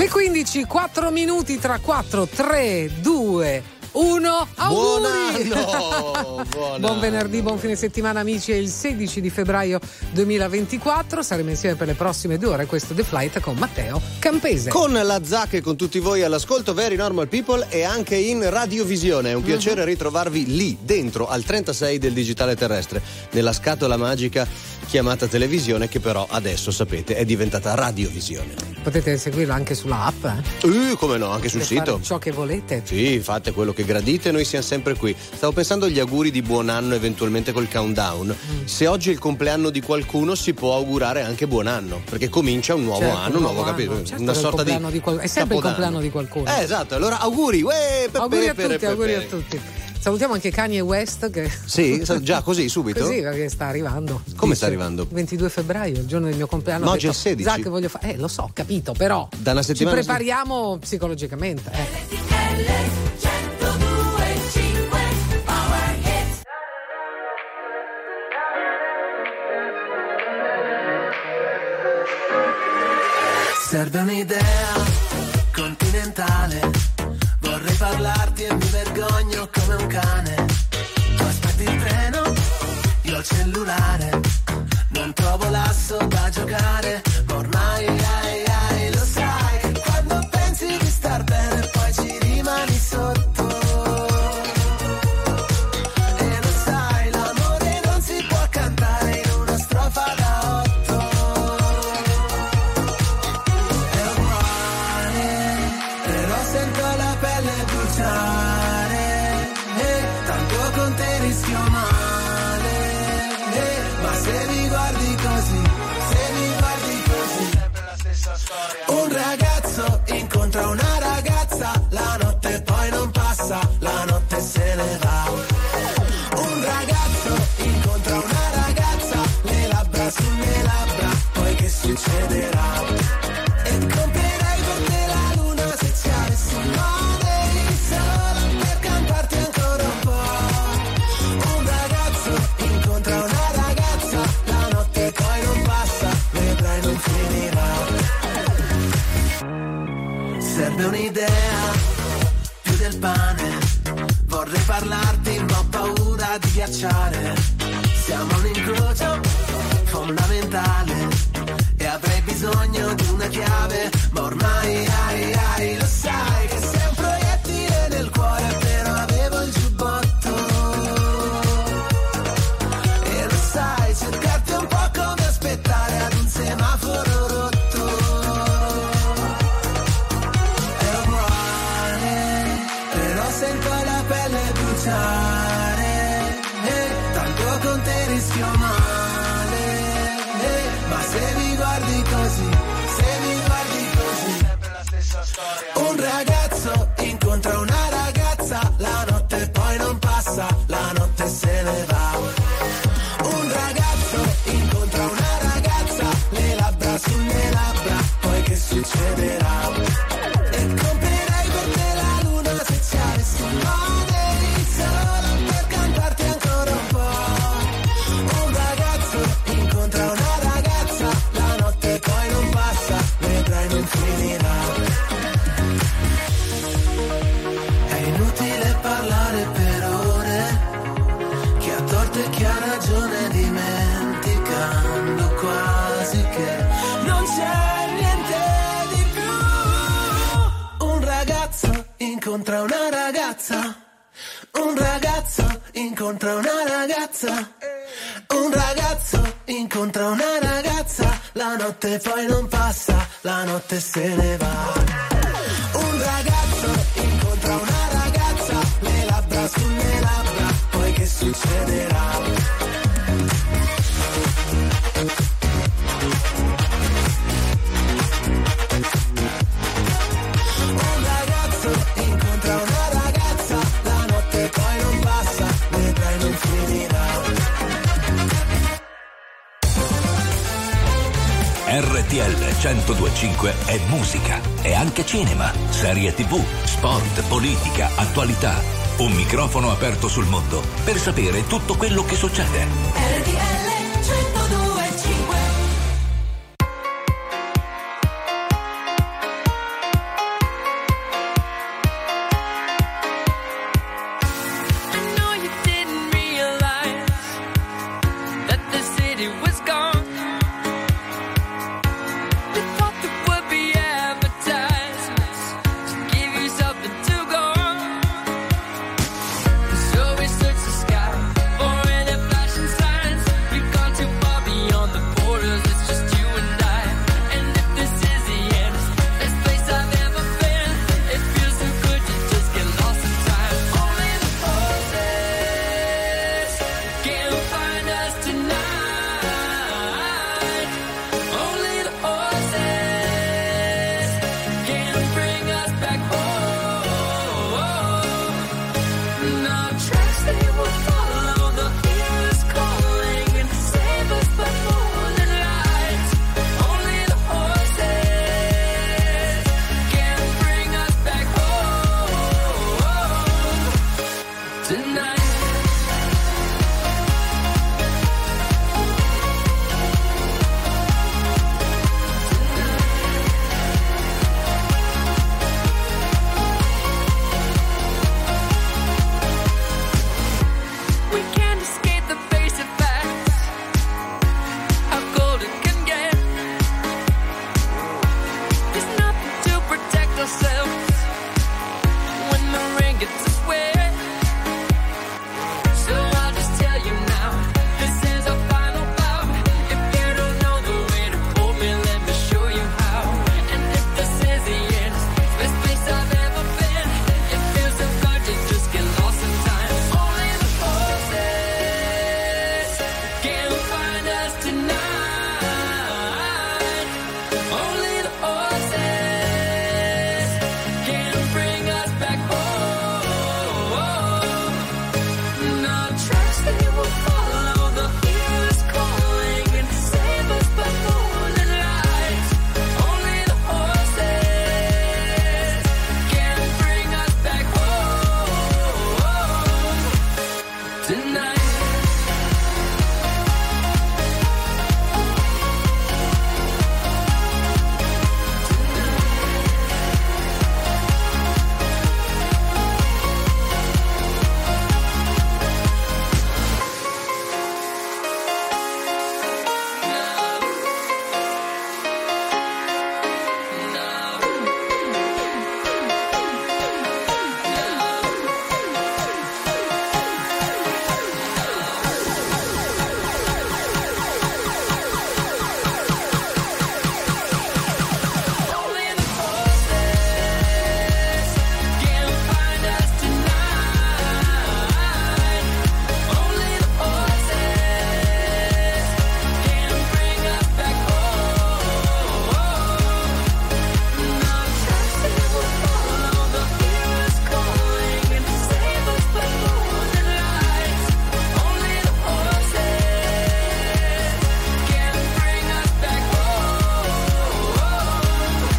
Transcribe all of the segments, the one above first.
Le 15, 4 minuti tra 4, 3, 2, 1. Auguri! Buon venerdì, buon fine settimana amici. È il 16 di febbraio 2024. Saremo insieme per le prossime 2 ore. Questo è The Flight con Matteo Campese. Con la Zac e con tutti voi all'ascolto, Very Normal People, e anche in radiovisione. È un piacere ritrovarvi lì, dentro al 36 del digitale terrestre, nella scatola magica chiamata televisione, che però adesso sapete è diventata radiovisione. Potete seguirla anche sulla app, come no, anche sul sito. Fare ciò che volete. Sì, fate quello che gradite, noi siamo sempre qui. Stavo pensando agli auguri di buon anno, eventualmente col countdown. Se oggi è il compleanno di qualcuno, si può augurare anche buon anno, perché comincia un nuovo anno, un nuovo capitolo. Certo, una sorta di è sempre il compleanno di qualcuno. Esatto, allora auguri, auguri a tutti. Salutiamo anche Kanye West che... Sì, già così subito? Così, perché sta arrivando. Come sta arrivando? 22 febbraio, il giorno del mio compleanno. No, oggi è il 16. Zac, voglio fare. Lo so, capito, però da una settimana ci prepariamo psicologicamente. Serve un'idea continentale. Vorrei parlarti e mi vergogno come un cane. Tu aspetti il treno, io il cellulare. Non trovo l'asso da giocare, ma ormai lo sai che quando pensi di star bene poi ci rimani sotto. E lo sai, l'amore non si può cantare in una strofa da 8. È uguale, però sento la pelle bruciare, tanto con te rischio male, ma se mi guardi così, sempre la stessa storia. Un ragazzo incontra una ragazza, la notte poi non passa, la notte se ne va. Un ragazzo incontra una ragazza, le labbra sulle labbra, poi che succederà? E comprerei per te la luna se ci avessi un money, solo per camparti ancora un po'. Un ragazzo incontra una ragazza, la notte poi non passa, vedrai non finirà. Serve un'idea, più del pane, vorrei parlarti ma ho paura di ghiacciare. Siamo un incrocio fondamentale e avrei bisogno di una chiave, ma ormai lo sai che sei un proiettile nel cuore, però avevo il giubbotto. E lo sai, cercarti è un po' come aspettare ad un semaforo rotto. È uguale, però sento la pelle bruciare, tanto con te rischio male, ma se mi guardi così, sempre la stessa storia. Un ragazzo incontra una ragazza, la notte poi non passa, la notte se ne va. Un ragazzo incontra una ragazza, le labbra sulle labbra, poi che succederà? E comprerei per te la luna se ci avessi un money, solo per cantarti ancora un po'. Un ragazzo incontra una ragazza, la notte poi non passa, vedrai non finirà. È inutile parlare per ore, chi ha torto e chi ha ragione, dimenticando quasi che non c'è niente di più. Un ragazzo incontra una ragazza, un ragazzo incontra una ragazza, un ragazzo incontra una ragazza, la notte poi non passa, la notte se ne va. Un ragazzo incontra una ragazza, le labbra sulle labbra, poi che succederà? Un ragazzo incontra una ragazza, la notte poi non passa, vedrai non finirà. RTL 102.5 è musica, è anche cinema, serie TV, sport, politica, attualità. Un microfono aperto sul mondo per sapere tutto quello che succede. RTL 102.5. 102.5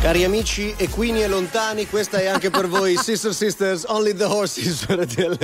Cari amici equini e lontani, questa è anche per voi Sister Sisters, Only the Horses su RTL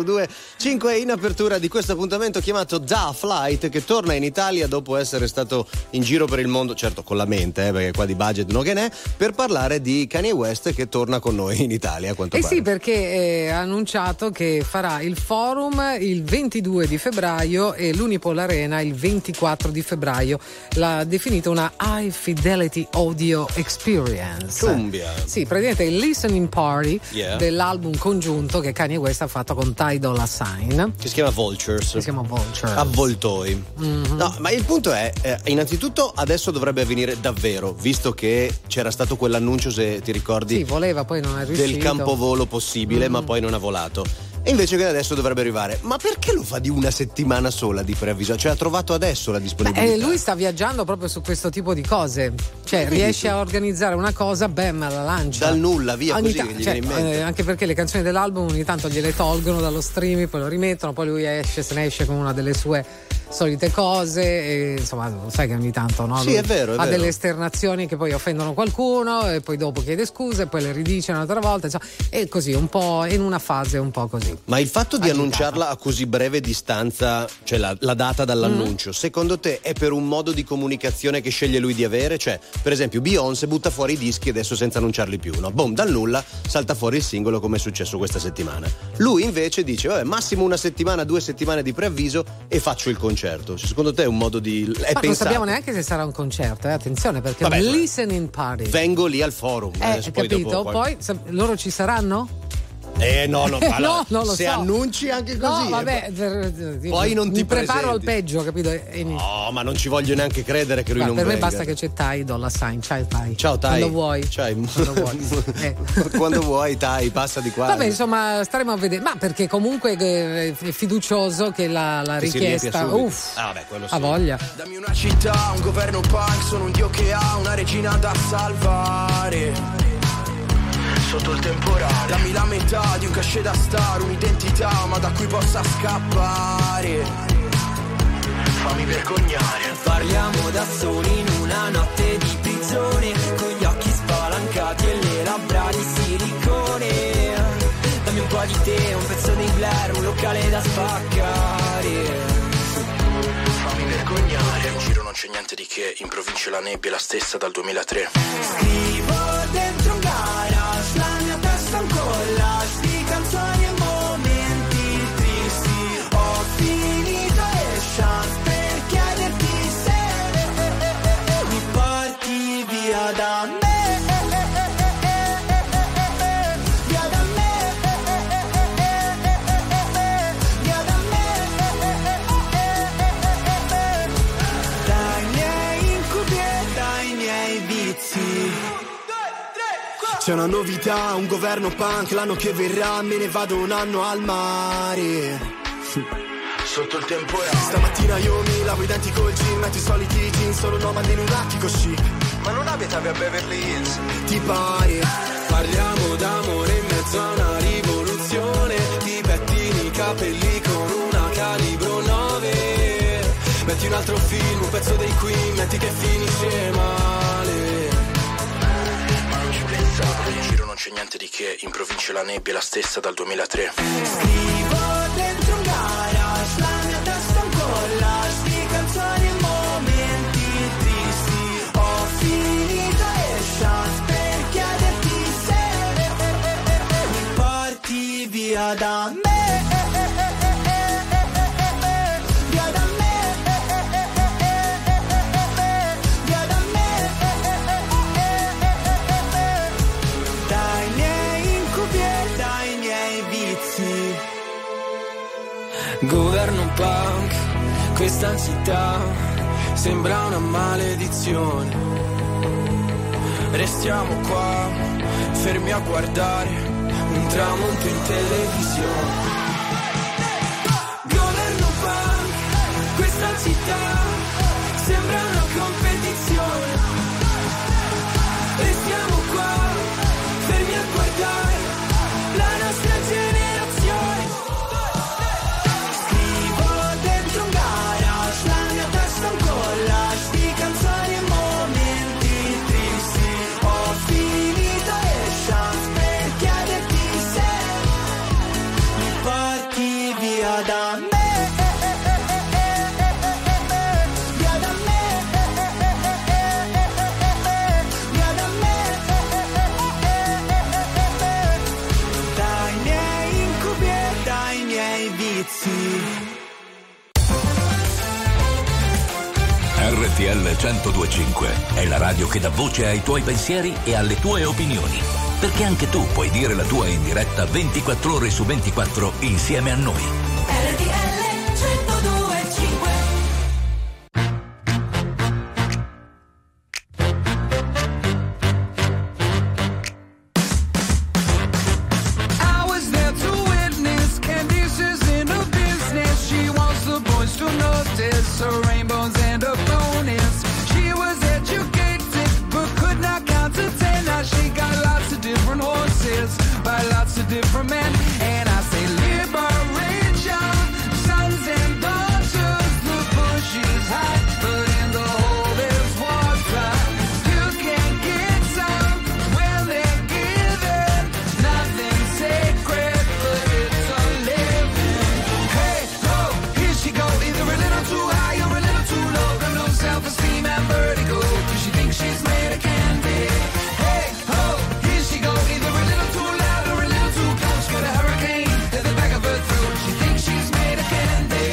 102.5 in apertura di questo appuntamento chiamato Da Flight, che torna in Italia dopo essere stato in giro per il mondo, certo con la mente, perché qua di budget no che n'è, per parlare di Kanye West che torna con noi in Italia a quanto pare. Sì, perché ha annunciato che farà il forum il 22 di febbraio e l'Unipol Arena il 24 di febbraio. L'ha definito una High Fidelity Audio Experience. Cumbia. Sì, praticamente il listening party dell'album congiunto che Kanye West ha fatto con Ty Dolla $ign, che si chiama Vultures. Avvoltoi. Mm-hmm. No, ma il punto è, innanzitutto adesso dovrebbe avvenire davvero, visto che c'era stato quell'annuncio, se ti ricordi, sì, voleva, poi non è riuscito, del campovolo possibile, ma poi non ha volato. E invece che adesso dovrebbe arrivare. Ma perché lo fa di una settimana sola di preavviso? Cioè ha trovato adesso la disponibilità. Lui sta viaggiando proprio su questo tipo di cose. Cioè riesce a organizzare una cosa, bam, la lancia. Dal nulla, via, così che gli viene in mente. Anche perché le canzoni dell'album ogni tanto gliele tolgono dallo streaming, poi lo rimettono, poi lui se ne esce con una delle sue solite cose e, insomma, sai che ogni tanto, no? Sì, è vero, ha delle esternazioni che poi offendono qualcuno e poi dopo chiede scuse e poi le ridice un'altra volta, insomma, e così un po' in una fase un po' così. Ma il fatto di annunciarla a così breve distanza, cioè la data dall'annuncio, secondo te è per un modo di comunicazione che sceglie lui di avere? Cioè, per esempio, Beyoncé butta fuori i dischi adesso senza annunciarli più, no? Boom, dal nulla salta fuori il singolo, come è successo questa settimana. Lui invece dice, vabbè, massimo una settimana, 2 settimane di preavviso e faccio il concerto. Secondo te è un modo di... Ma non sappiamo neanche se sarà un concerto, attenzione, perché è un listening party. Vengo lì al forum. Capito? Poi loro ci saranno? No, allora, no, non lo se so. annunci anche così. No, vabbè, poi non ti preparo presenti. al peggio, capito? No, ma non ci voglio neanche credere che lui non venga. Per me basta che c'è Ty Dolla $ign. Ciao Ty. Ciao Ty. Quando vuoi. Quando vuoi Ty, passa di qua. Vabbè, insomma, staremo a vedere. Ma perché comunque è fiducioso che la richiesta. Vabbè, quello sì. Ha voglia. Dammi una città, un governo punk, sono un dio che ha una regina da salvare. Sotto il temporale, dammi la metà di un cachet da star, un'identità ma da cui possa scappare. Fammi vergognare. Parliamo da soli in una notte di prigione, con gli occhi spalancati e le labbra di silicone. Dammi un po' di te, un pezzo di Blair, un locale da spaccare. Fammi vergognare. In giro non c'è niente di che, in provincia la nebbia è la stessa dal 2003. Scrivo dentro un garage, la mia testa è un collage di canzoni e momenti tristi. Ho finito le chance per chiederti se mi porti via da me. C'è una novità, un governo punk, l'anno che verrà me ne vado un anno al mare. Sotto il temporale. Stamattina io mi lavo i denti col gin, metto i soliti jeans, sono nomade in un attico chic. Ma non abitavi a Beverly Hills? Ti pare? Parliamo d'amore in mezzo a una rivoluzione, ti pettini i capelli con una calibro 9. Metti un altro film, un pezzo dei Queen, metti che finisce male. In giro non c'è niente di che, in provincia la nebbia è la stessa dal 2003. Scrivo dentro un garage, la mia testa è un collage di canzoni e momenti tristi. Ho finito le chance per chiederti se mi porti via da me. Governo punk, questa città sembra una maledizione. Restiamo qua, fermi a guardare un tramonto in televisione. Governo punk, questa città sembra una competizione. Restiamo qua, fermi a guardare la nostra generazione. Collage di canzoni e momenti tristi. Ho RTL 102.5 è la radio che dà voce ai tuoi pensieri e alle tue opinioni. Perché anche tu puoi dire la tua in diretta 24 ore su 24 insieme a noi. RTL 102.5. I was there to witness Candice's in her business. She wants the boys to notice her rainbows and her bonus. She was educated but could not count to 10. Now she got lots of different horses by lots of different men. And I say liberate your sons and daughters. The bush is high, but in the hole there's water. You can get some when they're given. Nothing sacred, but it's a living. Hey, ho, here she go. Either a little too high or a little too low. Got no self-esteem and vertigo, 'cause she thinks she's made of candy. Hey, ho, here she go. Either a little too loud or a little too close. Got a hurricane at the back of her throat. She thinks she's made of candy.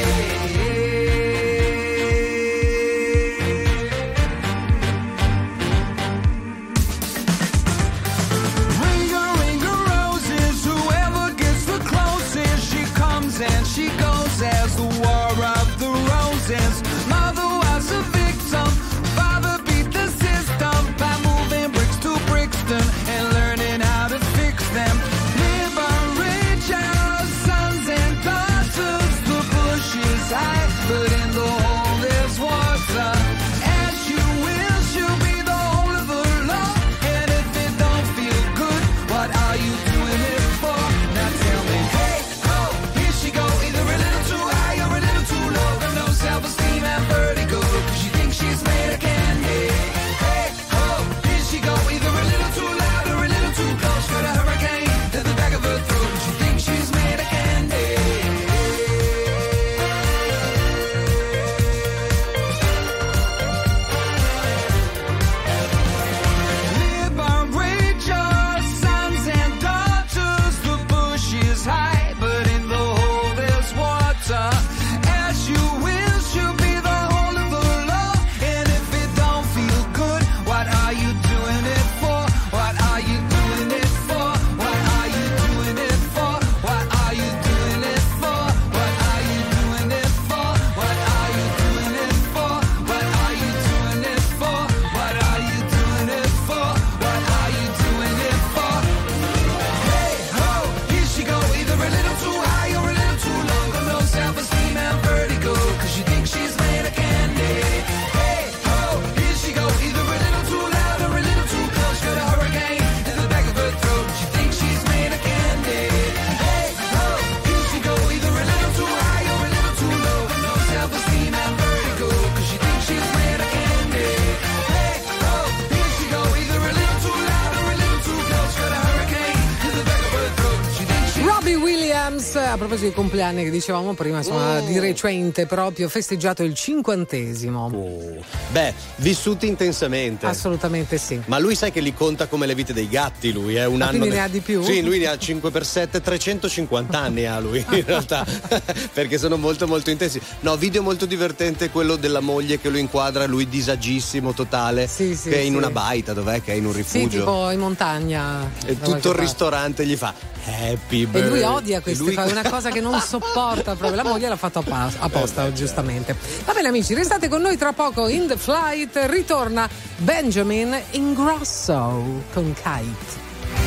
Ring a roses, whoever gets the closest. She comes and she goes as the war of the roses. Mother was a victim, father beat the system by moving bricks to Brixton and learning how to fix them. Liberate your sons and daughters. The bush is high, but in the hole there's water. As you will, she'll be the whole of the law. And if it don't feel good, what are you doing it for? Now tell me, hey, ho, here she go. Either a little too high or a little too low. Got no self-esteem and vertigo, 'cause she thinks she's made of candy. Hey, ho, here she go. Either a little too loud or a little too close. Got a hurricane to the back of her throat. She thinks she's made of candy. Liberate your sons and daughters. The bush is high, but in the hole there's water. As you will, she'll be the whole of the law. And if it don't feel good, what are you doing it for? What are you doing it for? What are you doing it for? What are you doing it for? What are you doing it for? What are you doing it for? What are you doing it for? What are you doing it for? What are you doing it for? Hey, ho, here she go. Either a little too high or a little too low. Got no self-esteem and vertigo, 'cause she thinks she's made of candy. Hey, ho, here she go. Either a little too loud or a little too close. Got a hurricane in the back of her throat. She thinks she's made of candy. Hey, ho, here she go. Either a little too high or a little too low. Got no self-esteem and vertigo, 'cause she thinks she's made of candy. Hey, ho, here she go. Either a little too loud or a little too close. Got a hurricane in the back of her throat. She thinks she's Robbie Williams, a proposito dei compleanni che dicevamo prima, insomma, di recente proprio festeggiato il 50°. Beh, vissuti intensamente. Assolutamente sì. Ma lui sai che li conta come le vite dei gatti, lui, un Ma anno. quindi ne ha di più? Sì, lui ne ha 5x7, 350 anni ha lui, in realtà. Perché sono molto molto intensi. No, video molto divertente quello della moglie che lo inquadra, lui disagissimo totale. Sì, sì, che è in sì. una baita, dov'è? Che è in un rifugio. Sì, tipo in montagna. E tutto il ristorante gli fa Happy E birthday. lui odia queste Lui- cose, è una cosa che non sopporta proprio. La moglie l'ha fatto apposta, giustamente. Va bene amici, restate con noi, tra poco in The Flight ritorna Benjamin Ingrosso con Kite.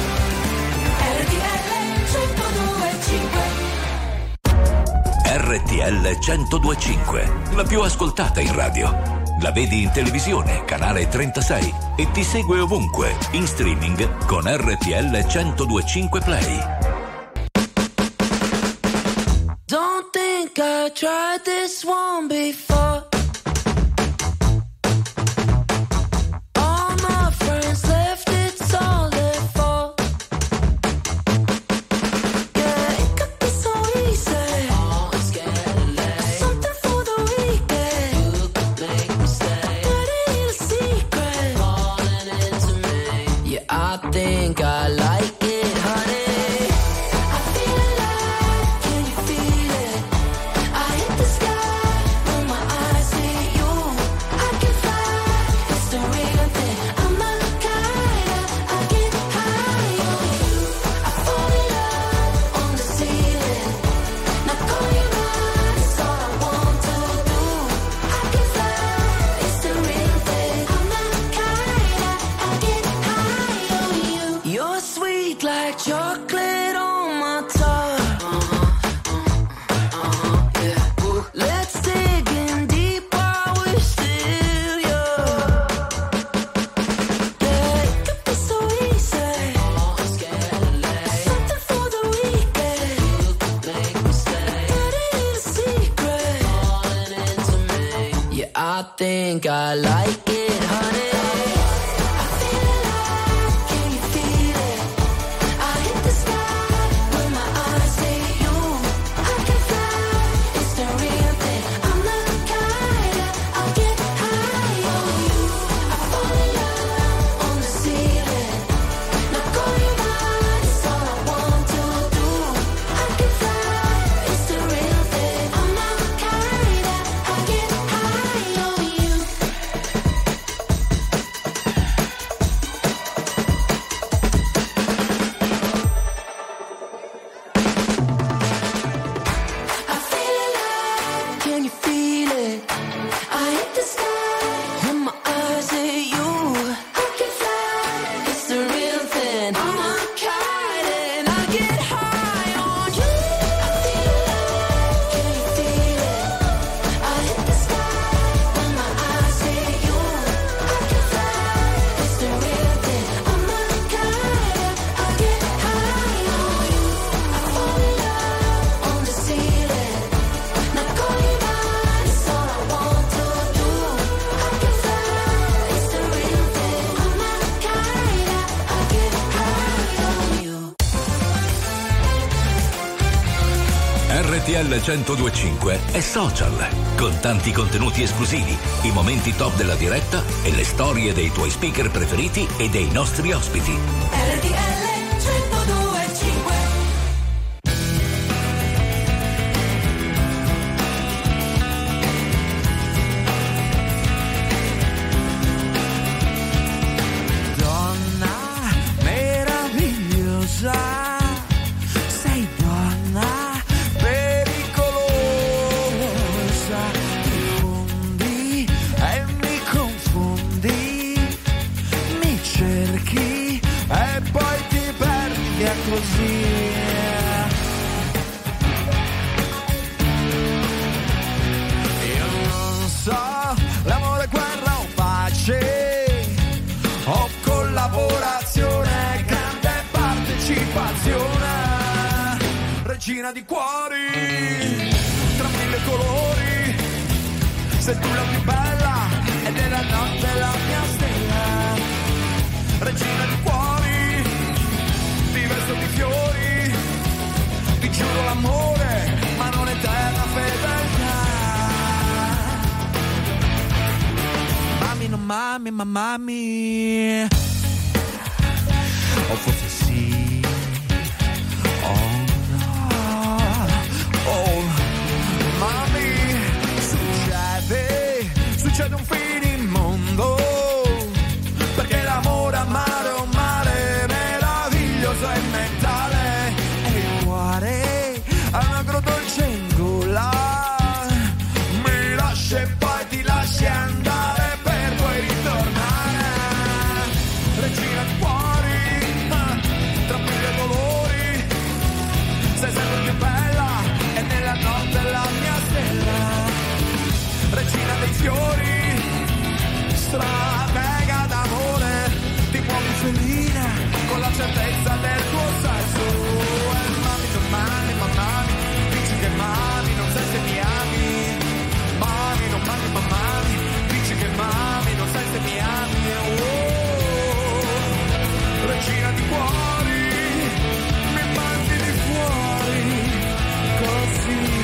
RTL 102.5, la più ascoltata in radio. La vedi in televisione, canale 36 e ti segue ovunque, in streaming con RTL 102.5 Play. Don't think I tried this one before. All my friends left, it's all their fault. Yeah, it could be so easy. Always getting late. Something for the weekend. You could make me stay. But it ain't a secret. Falling into me. Yeah, I think I like it, honey. I feel alive, can you feel it? I hit the sky with my eyes I think I like it, honey. RTL 102.5 è social, con tanti contenuti esclusivi, i momenti top della diretta e le storie dei tuoi speaker preferiti e dei nostri ospiti. RTL 102.5. Donna meravigliosa, sei donna pericolosa, ti fondi e mi confondi, mi cerchi e poi ti perdi via così. Io non so, l'amore, guerra o pace, o collaborazione, grande partecipazione, regina di cuori, tra mille colori, sei tu la più bella e nella notte la mia stella, regina di cuori, ti vesto di fiori, ti giuro l'amore, ma non eterna fedeltà. Mami, non mami, ma mami, o forse sì, oh no, oh mami, succede un finimondo, perché l'amore amare è un mare meraviglioso e mentale, e il cuore ha un agrodolce in gola, mi lascia e poi ti lasci andare per poi ritornare, regina di cuori, tra mille dolori, sei sempre più bella e nella notte la mia stella, regina dei fiori, stratega d'amore, ti muovi felina con la certezza del tuo senso, e mami non mami, ma mami, dici che mami, non sai se mi ami, mami non mami, ma mami, dici che mami, non sai se mi ami, oh, regina di cuori, mi mangi di fuori, così.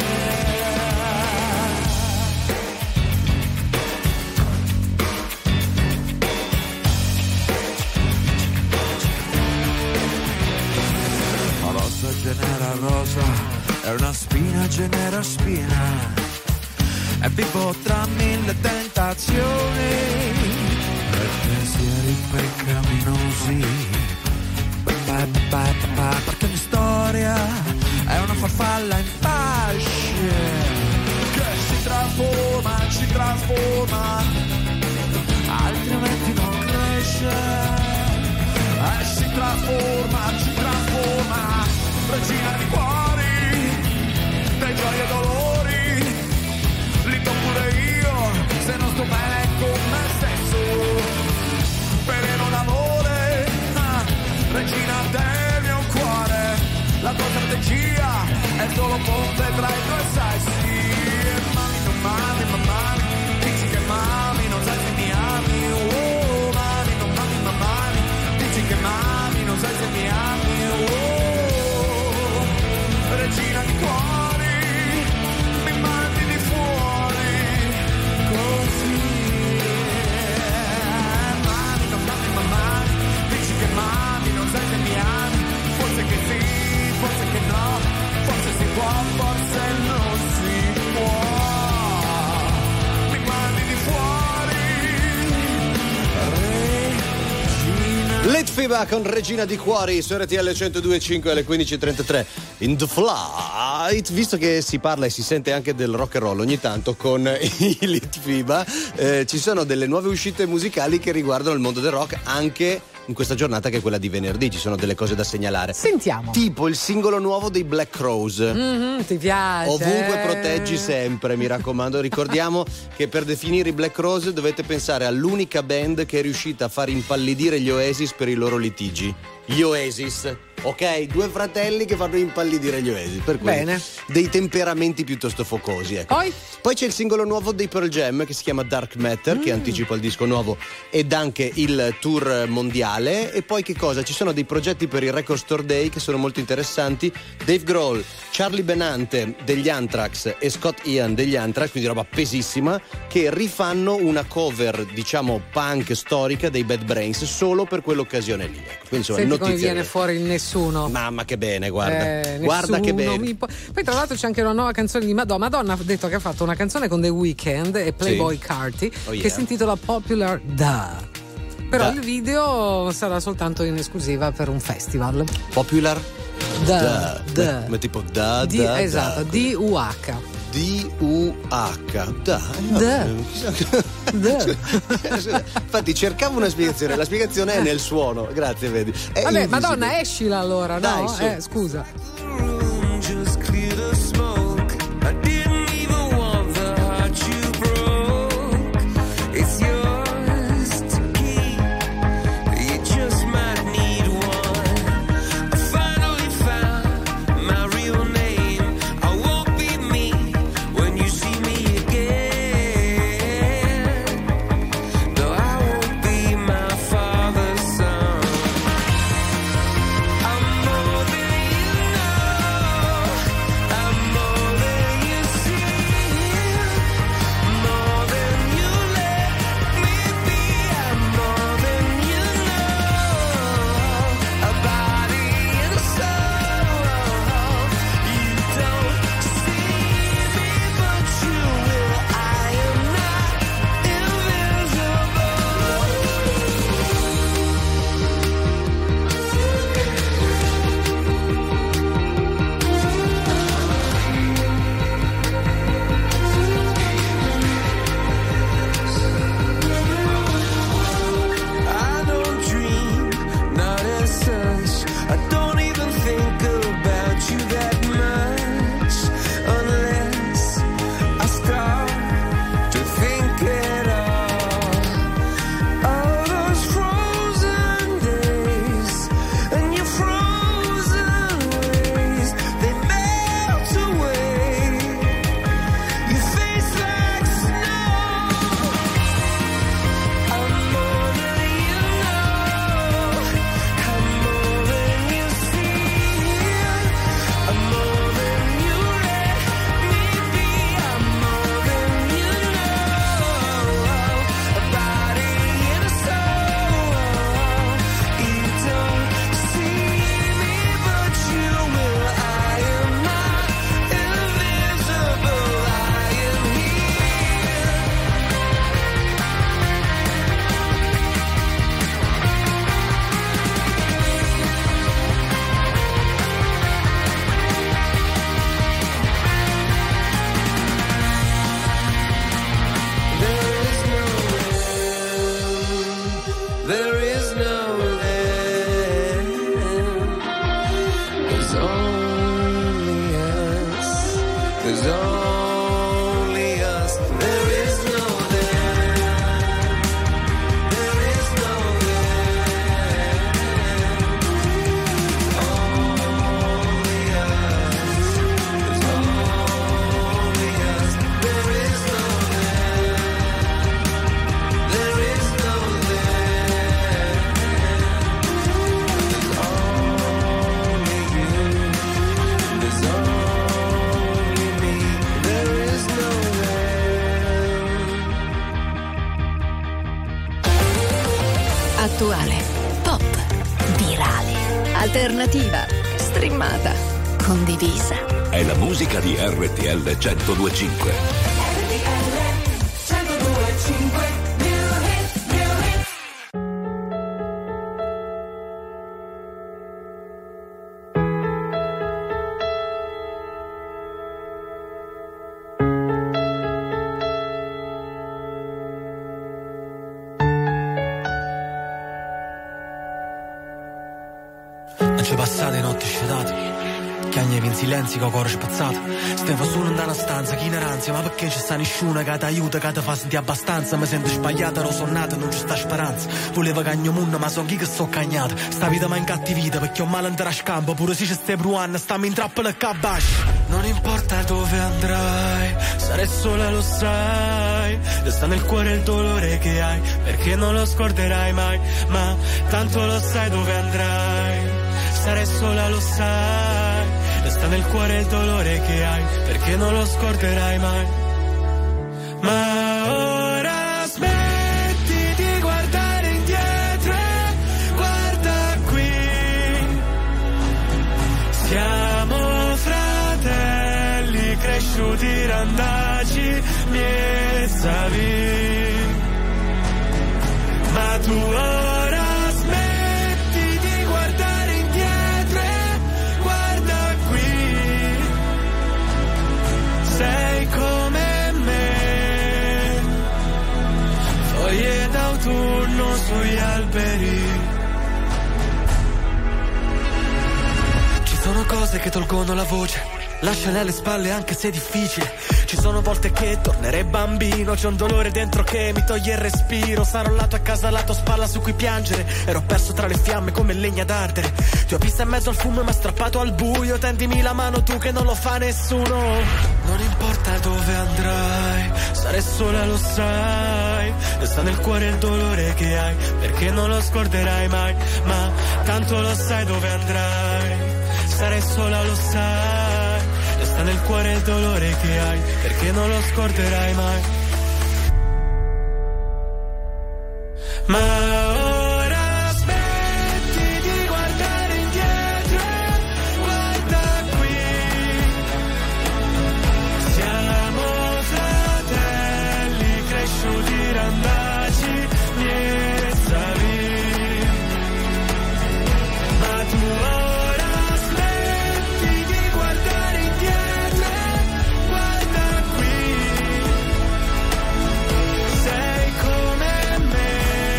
Rosa genera rosa, e una spina genera spina, e vivo tra mille tentazioni, e pensieri peccaminosi, perché ogni storia è una farfalla in fasce, che si trasforma, altrimenti non cresce. Si trasforma, regina di cuori, tra gioie e dolori, li do pure io, se non sto bene con me stesso, veleno d'amore, regina del mio cuore, la tua strategia è solo ponte tra i due sessi, e mami non mami, ma mami, dici Litfiba con Regina di Cuori su RTL 102.5 alle 15.33 in The Flight. Visto che si parla e si sente anche del rock and roll ogni tanto con i Litfiba, ci sono delle nuove uscite musicali che riguardano il mondo del rock anche in questa giornata che è quella di venerdì. Ci sono delle cose da segnalare. Sentiamo. Tipo il singolo nuovo dei Black Crowes. Ti piace? Ovunque proteggi sempre, mi raccomando. Ricordiamo che per definire i Black Crowes dovete pensare all'unica band che è riuscita a far impallidire gli Oasis per i loro litigi. Gli Oasis, ok? Due fratelli che fanno impallidire gli Oasis, per cui bene, dei temperamenti piuttosto focosi, ecco. Poi c'è il singolo nuovo dei Pearl Jam che si chiama Dark Matter, che anticipa il disco nuovo ed anche il tour mondiale. E poi che cosa? Ci sono dei progetti per il Record Store Day che sono molto interessanti. Dave Grohl, Charlie Benante degli Anthrax e Scott Ian degli Anthrax, quindi roba pesissima, che rifanno una cover, diciamo, punk storica dei Bad Brains solo per quell'occasione lì. Quindi insomma, senti come viene fuori il nessuno. Mamma che bene, guarda. Guarda che bene. Poi tra l'altro c'è anche una nuova canzone di Madonna. Madonna ha detto che ha fatto una canzone con The Weeknd e Playboy Carti che si intitola Popular Da. Però il video sarà soltanto in esclusiva per un festival. Popular Da. Ma tipo esatto, D-U-H. D-U-H. Da. Infatti cercavo una spiegazione. La spiegazione è nel suono. Grazie, vedi. Vabbè, Madonna, escila allora. Dai, no? su. Scusa. Attuale, pop, virale, alternativa, streamata, condivisa. È la musica di RTL 102.5. ci passate notti scetate, chiagnevi in silenzio con cuore spazzato. Stevo solo in una stanza, chi in ranzia, ma perché ci sta nessuno che ti aiuta, che ti fa sentire abbastanza? Mi sento sbagliata, ero sonnata, non ci sta speranza. Volevo cagno munno, ma son chi che sto cagnata. Sta vita ma incattivita, perché ho male andare a scampo, pure se ci stai bruando, stammi in trappola e cabash. Non importa dove andrai, sarai sola, lo sai. Resta nel cuore il dolore che hai, perché non lo scorderai mai. Ma tanto lo sai dove andrai, sarai sola, lo sai. Resta nel cuore il dolore che hai, perché non lo scorderai mai. Ma ora smetti di guardare indietro e guarda qui. Siamo fratelli cresciuti randaci, miesavi. Ma tu ora smetti di guardare indietro e guarda qui. Sei come me, foglie d'autunno sugli alberi. Ci sono cose che tolgono la voce, lasciale alle spalle anche se è difficile. Ci sono volte che tornerei bambino, c'è un dolore dentro che mi toglie il respiro. Sarò lato a casa, lato spalla su cui piangere. Ero perso tra le fiamme come legna d'ardere. Ti ho vista in mezzo al fumo e mi ha strappato al buio. Tendimi la mano tu che non lo fa nessuno. Non importa dove andrai, sarai sola, lo sai. Resta nel cuore il dolore che hai, perché non lo scorderai mai. Ma tanto lo sai dove andrai, sarai sola, lo sai. Resta nel cuore il dolore che hai, perché non lo scorderai mai. Ma ora smetti di guardare indietro e guarda qui. Siamo fratelli cresciuti randaci, miesavi. Ma tu ora smetti di guardare indietro e guarda qui. Sei come me,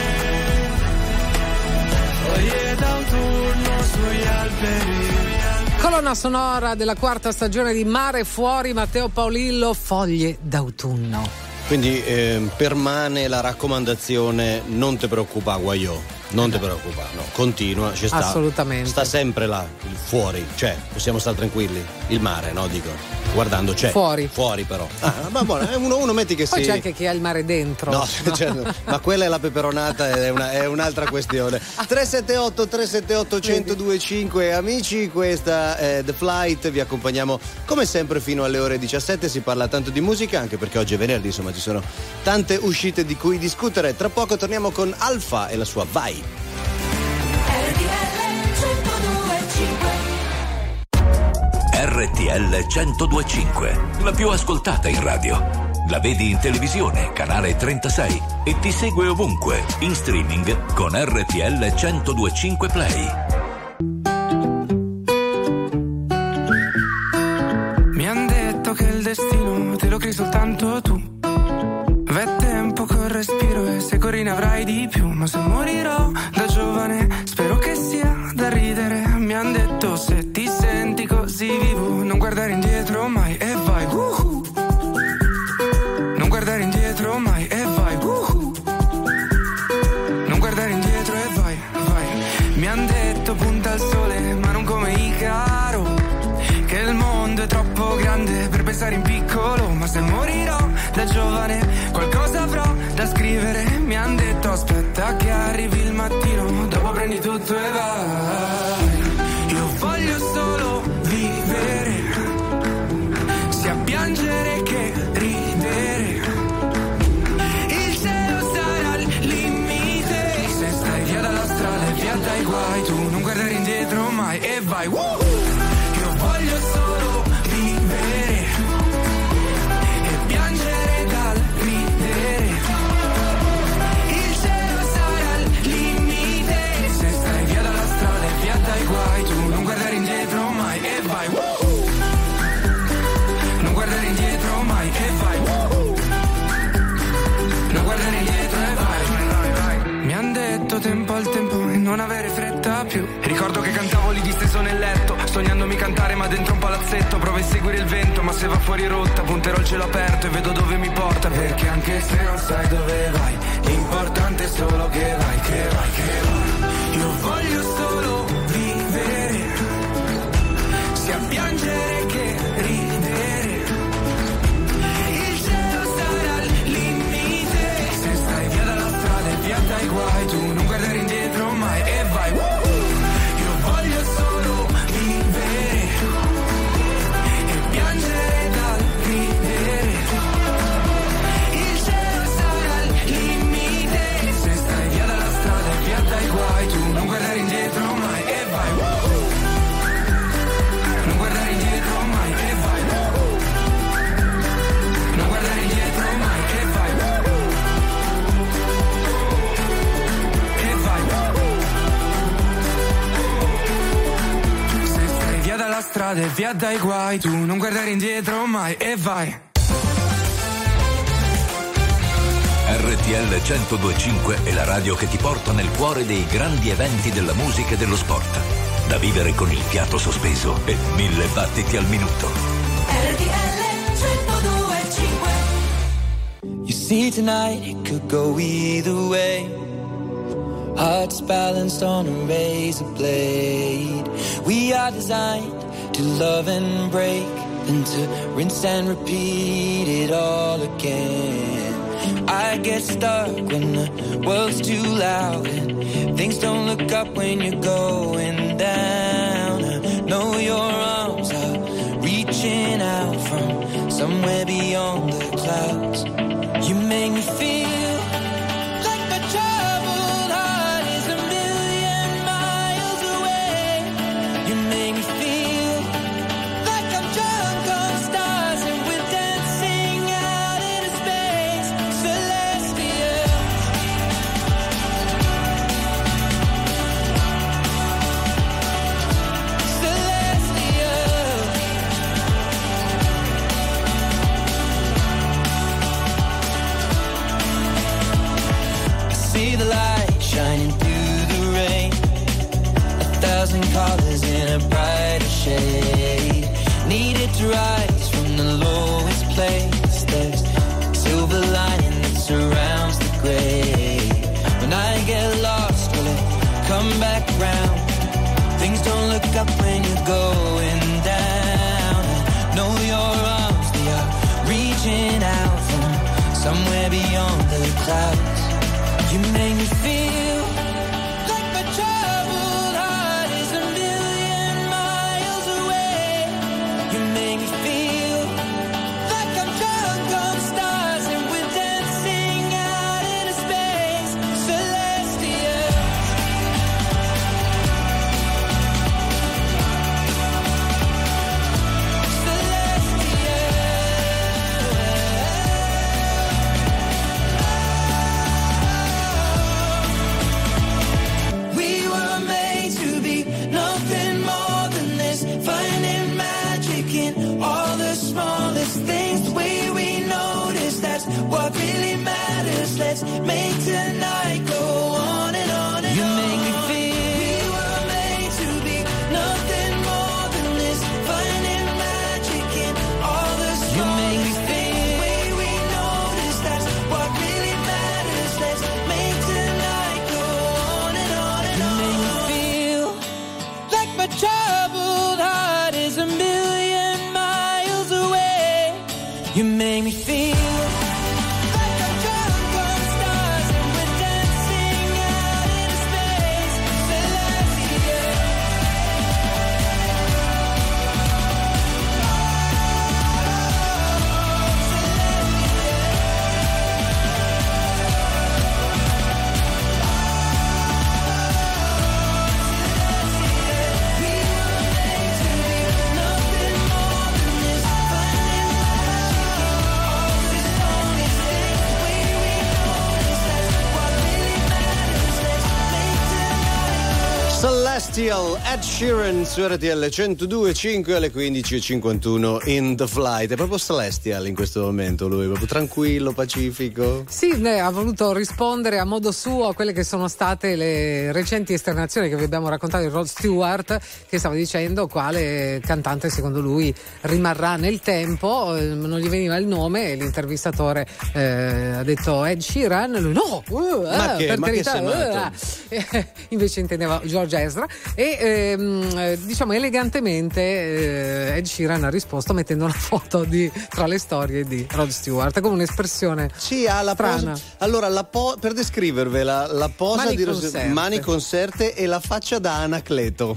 foglie d'autunno sugli alberi. Colonna sonora della quarta stagione di Mare Fuori, Matteo Paolillo, Foglie d'autunno. Quindi permane la raccomandazione: non te preoccupa, Guagliò. Non te preoccupa, no, continua, ci sta. Assolutamente. Sta sempre là, il fuori, cioè, possiamo stare tranquilli. Il mare, no, dico. Guardando c'è. Fuori. Fuori però. Ma buono, uno metti che Poi sì. c'è anche chi ha il mare dentro. No, certo, ma quella è la peperonata, è un'altra questione. 378-378-1025, amici, questa è The Flight, vi accompagniamo come sempre fino alle ore 17, si parla tanto di musica, anche perché oggi è venerdì, insomma ci sono tante uscite di cui discutere. Tra poco torniamo con Alfa e la sua Vai. RTL 102.5, la più ascoltata in radio. La vedi in televisione, canale 36, e ti segue ovunque, in streaming con RTL 102.5 Play. Mi han detto che il destino te lo crei soltanto tu. V'è tempo col respiro e se corri ne avrai di più. Ma se morirò da giovane spero che sia da ridere. Mi han detto se ti senti così vivo non guardare indietro mai e vai. Non guardare indietro mai e vai. Non guardare indietro e vai, vai. Mi han detto punta al sole ma non come Icaro, che il mondo è troppo grande per pensare in piccolo. Ma se morirò da giovane qualcosa avrò da scrivere. Mi han detto aspetta che arrivi il mattino, dopo prendi tutto e vai. Io voglio solo vivere, sia piangere che ridere. Il cielo sarà il limite, se stai via dalla strada e via dai guai. Tu non guardare indietro mai e vai. Io voglio solo vivere e piangere dal ridere. Il cielo sarà il limite, se stai via dalla strada e via dai guai. Tu non guardare indietro mai e vai. Non guardare indietro mai e vai. Non guardare indietro e vai. Mi han detto tempo al tempo e non non avere fretta più. Ricordo che cantavo lì disteso nel letto, sognandomi cantare ma dentro un palazzetto. Provo a seguire il vento, ma se va fuori rotta punterò il cielo aperto e vedo dove mi porta. Perché anche se non sai dove vai, l'importante è solo che vai, che vai, che vai. Io voglio solo vivere, sia piangere che ridere. Il cielo sarà il limite, se stai via dalla strada e via dai guai, tu non guardare indietro mai e vai. Io voglio solo vivere e piangere dal ridere. Il cielo sarà il limite, se stai via dalla strada e via dai guai, tu non guardare indietro mai e vai. Non guardare indietro mai e vai. Non guardare indietro mai e vai. E vai. Se stai via dalla strada e via dai guai, tu non guardare indietro mai e vai. RTL 102.5 è la radio che ti porta nel cuore dei grandi eventi della musica e dello sport. Da vivere con il fiato sospeso e 1000 battiti al minuto. RTL 102.5. You see tonight it could go either way. Hearts balanced on a razor blade. We are designed to love and break, and to rinse and repeat it all again. I get stuck when the world's too loud and things don't look up when you're going down. I know your arms are reaching out from somewhere beyond the clouds. You make me feel like my troubled heart is a million miles away. You make me feel like I'm drunk on stars and we're dancing out into space, celestial. Celestial. I see the light shining through the rain, 1,000 colors in a brighter shade. Needed to rise from the lowest place. There's silver lining that surrounds the gray. When I get lost, will it come back around? Things don't look up when you're going down. I know your arms, they are reaching out from somewhere beyond the clouds. You make me feel like my troubled heart is a million miles away. You make me feel like I'm drunk on stars and we're dancing out into space, celestial. We were made to be nothing more than this, finding magic in all the smallest things. The way we notice, that's what really matters. Let's make tonight go on and on and on. You make me feel we were made to be nothing more than this, finding magic in all the smallest things. You make me feel the way we notice, that's what really matters. Let's make tonight go on and on and on. You make me feel like my troubled heart is a million miles away. You make me feel like I'm drunk on stars and we're dancing Celestial, Ed Sheeran su RTL 102.5 alle 15.51 in The Flight. È proprio Celestial in questo momento lui, proprio tranquillo, pacifico. Sì, ha voluto rispondere a modo suo a quelle che sono state le recenti esternazioni che vi abbiamo raccontato di Rod Stewart, che stava dicendo quale cantante secondo lui rimarrà nel tempo. Non gli veniva il nome e l'intervistatore ha detto Ed Sheeran, lui no, ma che, per ma carità, invece intendeva George Ezra e diciamo elegantemente Ed Sheeran ha risposto mettendo una foto tra le storie di Rod Stewart con un'espressione ha la strana. posa, allora per descrivervela la posa Mani di conserte. Mani conserte e la faccia da Anacleto.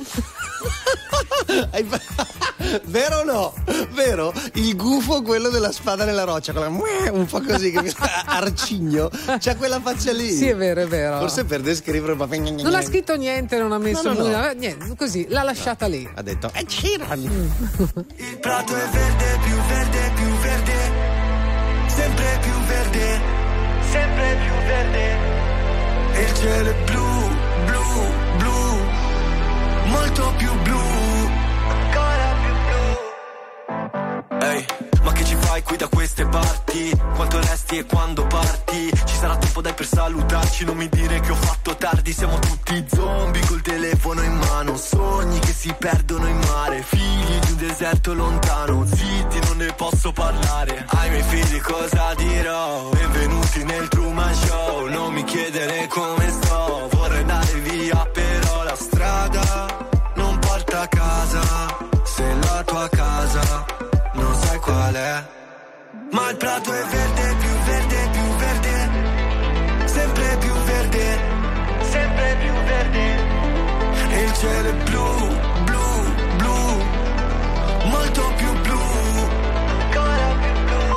Vero o no? Vero? Il gufo, quello della spada nella roccia, un po' così, arcigno, c'ha quella faccia lì. Sì, è vero, è vero. Forse per descrivere, non ha scritto niente, non ha messo nulla, niente, così l'ha lasciata lì. Ha detto Sheeran. Il prato è verde, più verde, più verde, sempre più verde, sempre più verde. E il cielo è blu, blu, blu, molto più blu, ancora più blu. Ehi, ma che ci fai qui da queste parti? Quanto resti e quando parti? Ci sarà tempo dai per salutarci, non mi dire che ho fatto tardi. Siamo tutti zombie col telefono in mano, sogni che si perdono in mare, figli di un deserto lontano, zitti non ne posso parlare. Ai miei figli cosa dirò? Benvenuti nel Truman Show, non mi chiedere come sto, vorrei andare via però la strada non porta a casa. Se la tua casa non sai qual è, ma il prato è verde, più verde, più verde, sempre più verde, sempre più verde. E il cielo è blu, blu, blu, molto più blu, ancora più blu.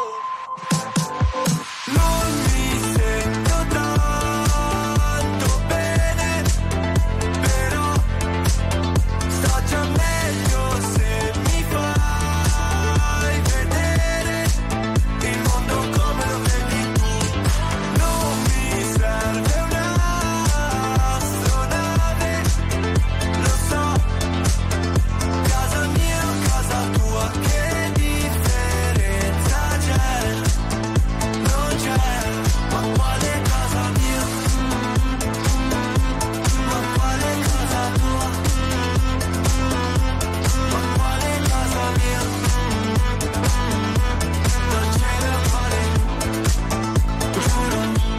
Non mi sento tanto bene, però sto già meglio se mi fai vedere il mondo come lo vedi tu. Non mi serve un'astronave, lo so, casa mia o casa tua, che differenza c'è? Non c'è, ma quale casa mia? Ma quale casa tua? Ma quale casa mia? Non c'è da fare, giuro.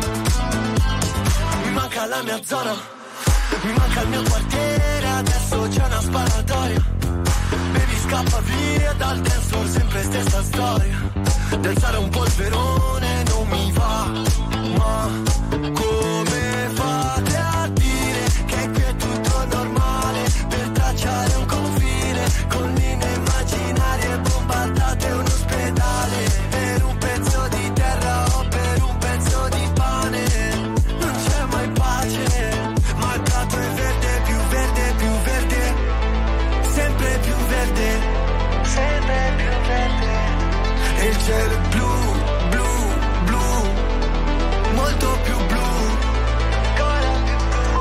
Mi manca la mia zona, mi manca il mio quartiere, adesso c'è una sparatoria. Baby scappa via dal dance floor, sempre stessa storia. Danzare un polverone non mi va, ma come fate a dire che qui è tutto normale? Per tracciare un confine con linee immaginarie, bombardate un ospedale per un pezzo di terra o per un pezzo di pane. Non c'è mai pace, ma il prato è verde, più verde, più verde, sempre più verde, sempre più verde. E il cielo è blu, blu, blu, molto più blu, ancora più blu.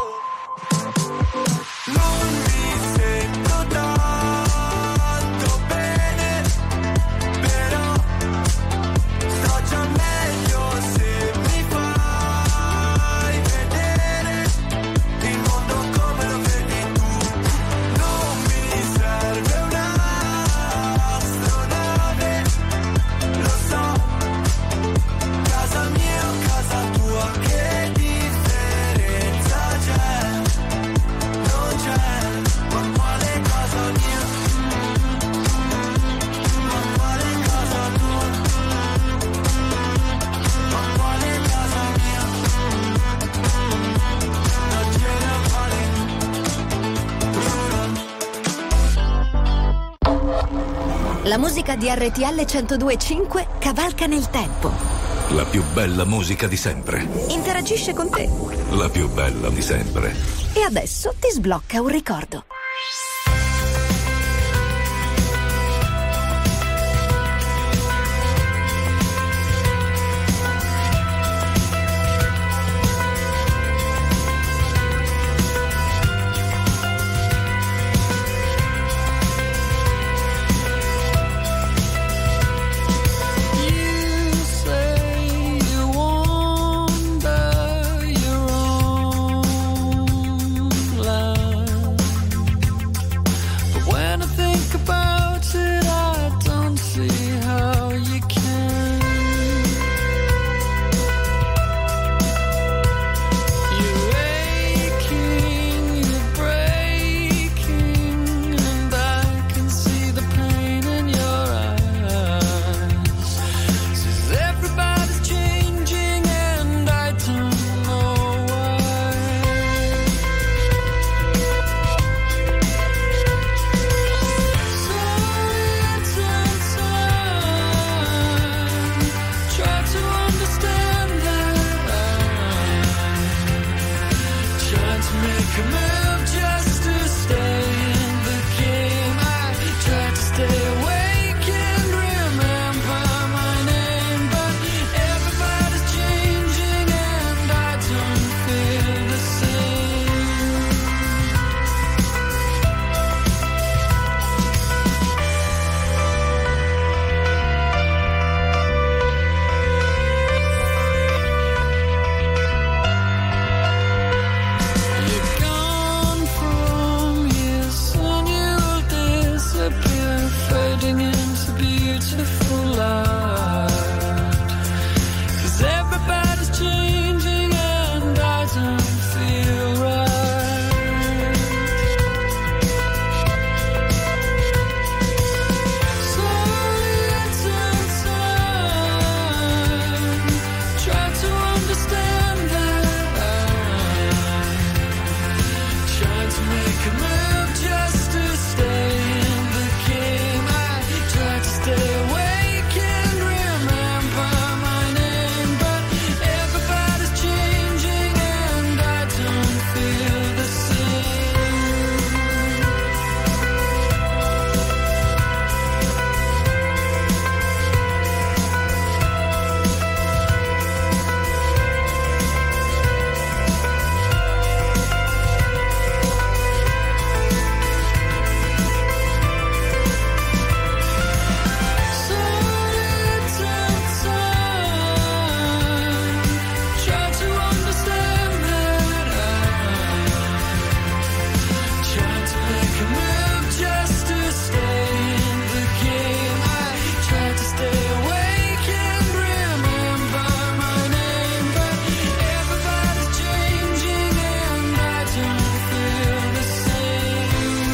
Non mi sento tanto bene, però sto già meglio se mi fai vedere il mondo come lo vedi tu. Non mi serve un'astronave, lo so, casa mia o casa tua, che differenza c'è? Non c'è, ma quale casa mia? Ma quale casa tua? Ma quale casa mia? Non ce ne fare, giuro. La musica di RTL 102.5 cavalca nel tempo. La più bella musica di sempre. Interagisce con te. La più bella di sempre. E adesso ti sblocca un ricordo. make a move just to stay in the game. I try to stay awake and remember my name, but everybody's changing and I don't feel the same. You're gone from here, soon you'll disappear, fading into beautiful light. 'Cause everybody's changing and I don't feel right. Slowly it's in time, try to understand that I'm trying to make a move just to stay in the game. I try to stay awake and remember my name, but everybody's changing and I don't feel the same. Slowly it's in time, try to understand that I'm trying to make a move just to stay in the game. I try to stay awake and remember my name, but everybody's changing and I don't feel the same.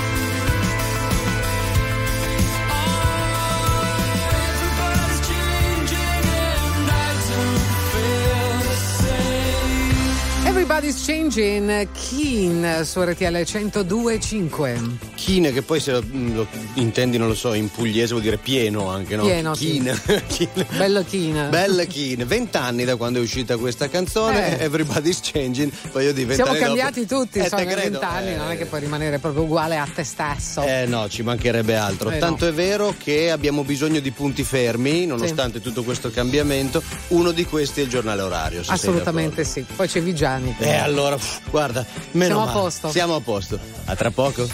Everybody's changing and I don't feel the same. Everybody's Changing, Keen su RTL 102.5. Keen, che poi se lo intendi, non lo so, in pugliese vuol dire pieno anche, no? Pieno, sì. Keen. Bello Keen. Bella Keen, 20 anni da quando è uscita questa canzone, Everybody's Changing, poi io di 20 Siamo anni cambiati dopo, tutti, te insomma, in credo, 20 anni non è che puoi rimanere proprio uguale a te stesso. No, ci mancherebbe altro. Tanto no. è vero che abbiamo bisogno di punti fermi, nonostante tutto questo cambiamento. Uno di questi è il giornale orario. Se Assolutamente sì. Poi c'è Vigiani. Allora, guarda, meno Siamo a male. posto. Siamo a posto. A tra poco.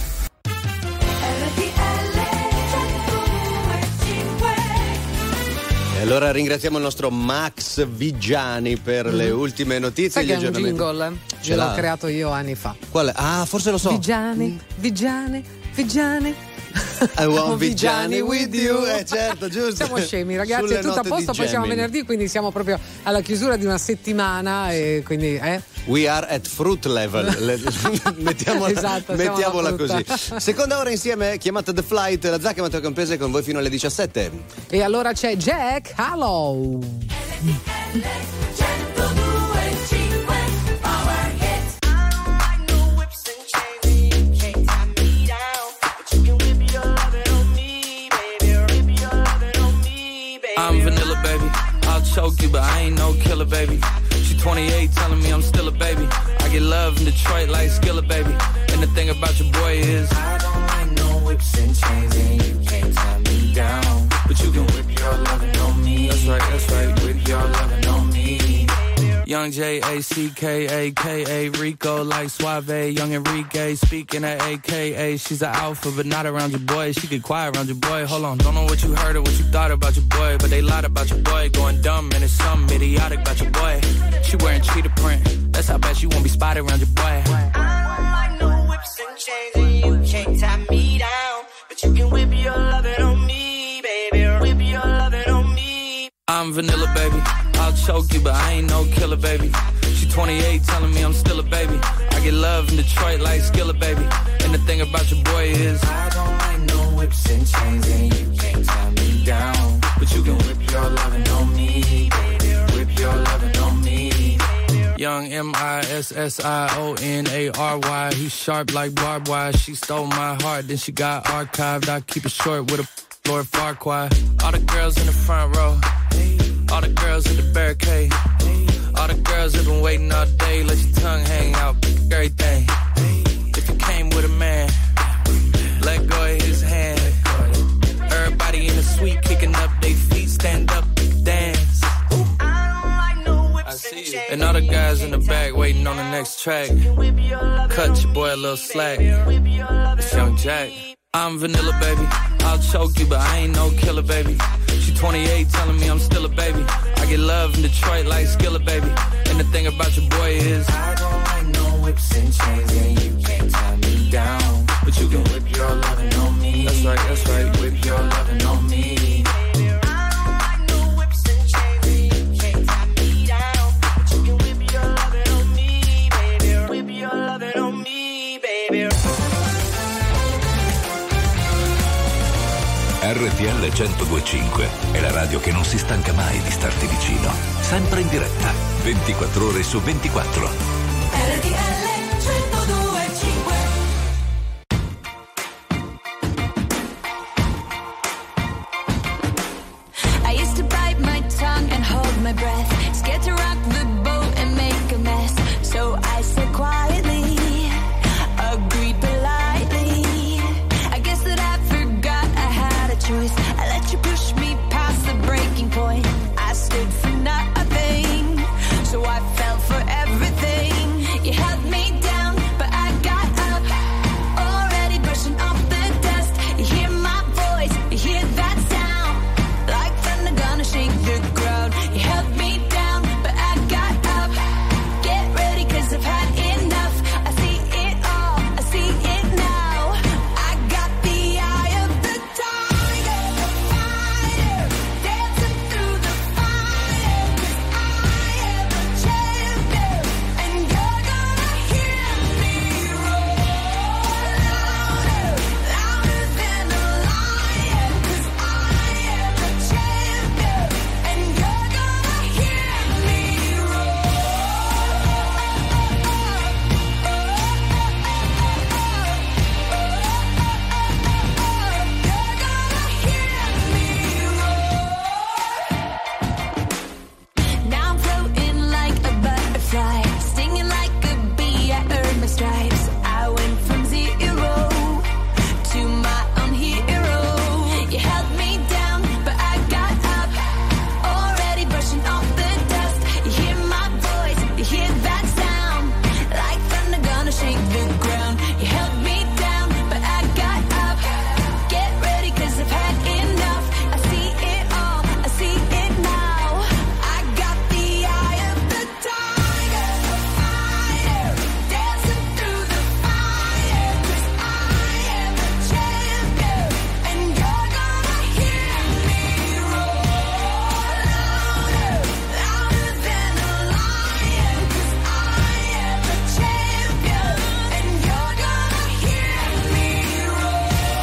E allora ringraziamo il nostro Max Vigiani per le ultime notizie. Sai e che gli è un aggiornamenti. jingle? Ce L'ho l'ha? creato io anni fa. Qual è? Ah, forse lo so. Vigiani, Vigiani, Vigiani. I want Oh, Vigiani with you. Certo, giusto. Siamo scemi, ragazzi, Sulle è tutto a note di posto. Poi siamo Gemini. venerdì, quindi siamo proprio alla chiusura di una settimana. E quindi, We are at fruit level. Mettiamola, Esatto, siamo mettiamola alla così. frutta. Seconda ora insieme, chiamata The Flight, la Zacca Matteo Campese con voi fino alle 17. E allora c'è Jack Hallow. I'm vanilla, baby. I'll choke you, but I ain't no killer, baby. She 28, telling me I'm still a baby. I get love in Detroit like Skillet, baby. And the thing about your boy is I don't like no whips and chains, and you can't tie me down. But you can whip your lovin' on me. That's right, whip your lovin' on me. Young J-A-C-K-A-K-A, Rico like Suave, Young Enrique, speaking at AKA. She's an alpha, but not around your boy. She get quiet around your boy. Hold on, don't know what you heard or what you thought about your boy, but they lied about your boy. Going dumb, and it's something idiotic about your boy. She wearing cheetah print, that's how bad she won't be spotted around your boy. I don't like no whips and chains, and you can't tie me down. But you can whip your lovin' on me, baby. Whip your lovin' on me. I'm vanilla, baby. I'll choke you, but I ain't no killer, baby. She 28, telling me I'm still a baby. I get love in Detroit like Skillet, baby. And the thing about your boy is I don't like no whips and chains, and you can't tie me down. But you can whip your lovin' on me, baby. Whip your lovin' on me. Young M-I-S-S-I-O-N-A-R-Y. He's sharp like barbed wire. She stole my heart, then she got archived. I keep it short with a Lord Farquaad. All the girls in the front row, all the girls in the barricade, all the girls have been waiting all day. Let your tongue hang out, girl, everything. If you came with a man, let go of his hand. Everybody in the suite kicking up their feet, stand up, dance. I see you. And all the guys in the back waiting on the next track. Cut your boy a little slack. It's Young Jack. I'm vanilla, baby. I'll choke you, but I ain't no killer, baby. She 28, telling me I'm still a baby. I get love in Detroit like Skillet, baby. And the thing about your boy is I don't like no whips and chains, and you can't tie me down. But you can whip your lovin' on me. That's right, whip your lovin' on me. RTL 102.5 è la radio che non si stanca mai di starti vicino. Sempre in diretta, 24 ore su 24. RTL 102.5. I used to bite my tongue and hold my breath, scared to rock the boat and make a mess. So I said quietly, agreed politely. I guess that I forgot I had a choice. I let you push me past the breaking point. I stood for nothing, so I fell for everything. You held me down, but I got up, already brushing off the dust. You hear my voice, you hear that sound, like thunder gonna shake the ground. You held me down, but I got up. Get ready, 'cause I've had enough. I see it all, I see it now. I got the eye of the tiger, the fighter, dancing through the fire. 'Cause I am a champion, and you're gonna hear me roar louder, louder than a lion. 'Cause I am a champion, and you're gonna hear me roar. Now I'm floating like a butterfly, stinging like a bee. I earned my stripes. I went from 0 to my own hero. You held me down, but I got up, already brushing off the dust. You hear my voice, you hear that sound, like thunder gonna shake the ground. You held me down, but I got up. Get ready, 'cause I've had enough. I see it all, I see it now. I got the eye of the tiger, the fighter, dancing through the fire. 'Cause I am a champion, and you're gonna hear me roar louder, louder than a lion. 'Cause I am a champion, and you're gonna hear me roar.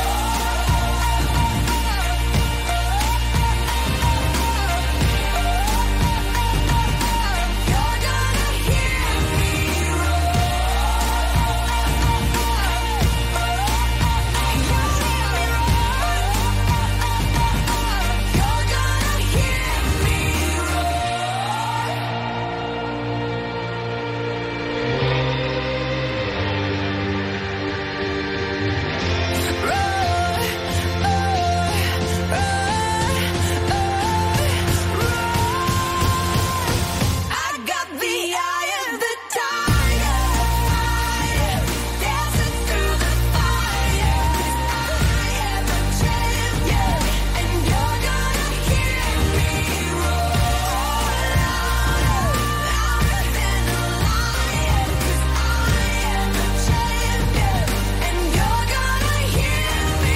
I got the eye of the tiger, fire, dancing through the fire. 'Cause I am a champion, and you're gonna hear me roar louder, louder than a lion. 'Cause I am a champion, and you're gonna hear me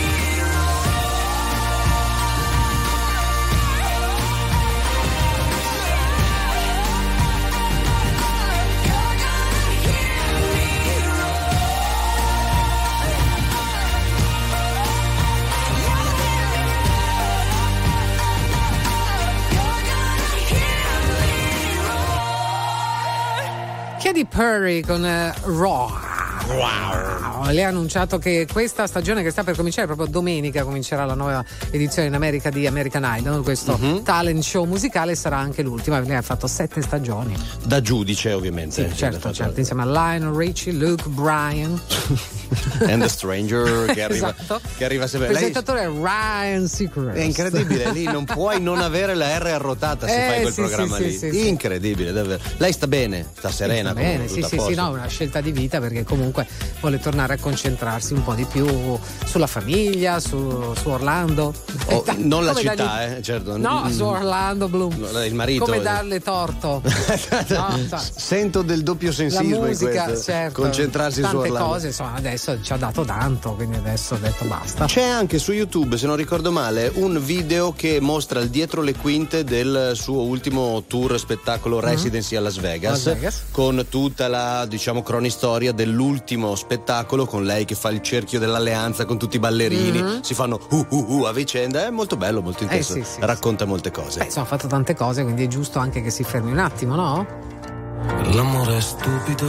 Katy Perry con Raw. Wow. Lei ha annunciato che questa stagione che sta per cominciare, proprio domenica, comincerà la nuova edizione in America di American Idol, questo talent show musicale, sarà anche l'ultima. Lei ha fatto 7 stagioni. Da giudice, ovviamente. Sì, certo, insieme a Lionel Richie, Luke Bryan and the Stranger che arriva, esatto. che arriva sempre. Il presentatore è Ryan Seacrest. È incredibile, lì non puoi non avere la R arrotata se fai quel programma lì. Sì, incredibile, davvero. Lei sta bene, sta serena. Sta bene, sì, no, una scelta di vita, perché comunque vuole tornare a concentrarsi un po' di più sulla famiglia, su Orlando. Non la città, certo. No, su Orlando Bloom. Il marito. Come darle torto. Sento del doppio sensismo la musica, in questo. certo. Concentrarsi su Orlando. Tante cose, insomma, adesso ci ha dato tanto, quindi adesso ho detto basta. C'è anche su YouTube, se non ricordo male, un video che mostra il dietro le quinte del suo ultimo tour spettacolo Residency a Las Vegas, con tutta la, diciamo, cronistoria dell'ultimo spettacolo, con lei che fa il cerchio dell'alleanza con tutti i ballerini, si fanno a vicenda. È molto bello, molto interessante, racconta molte cose. Insomma, ha fatto tante cose, quindi è giusto anche che si fermi un attimo, no? L'amore è stupido,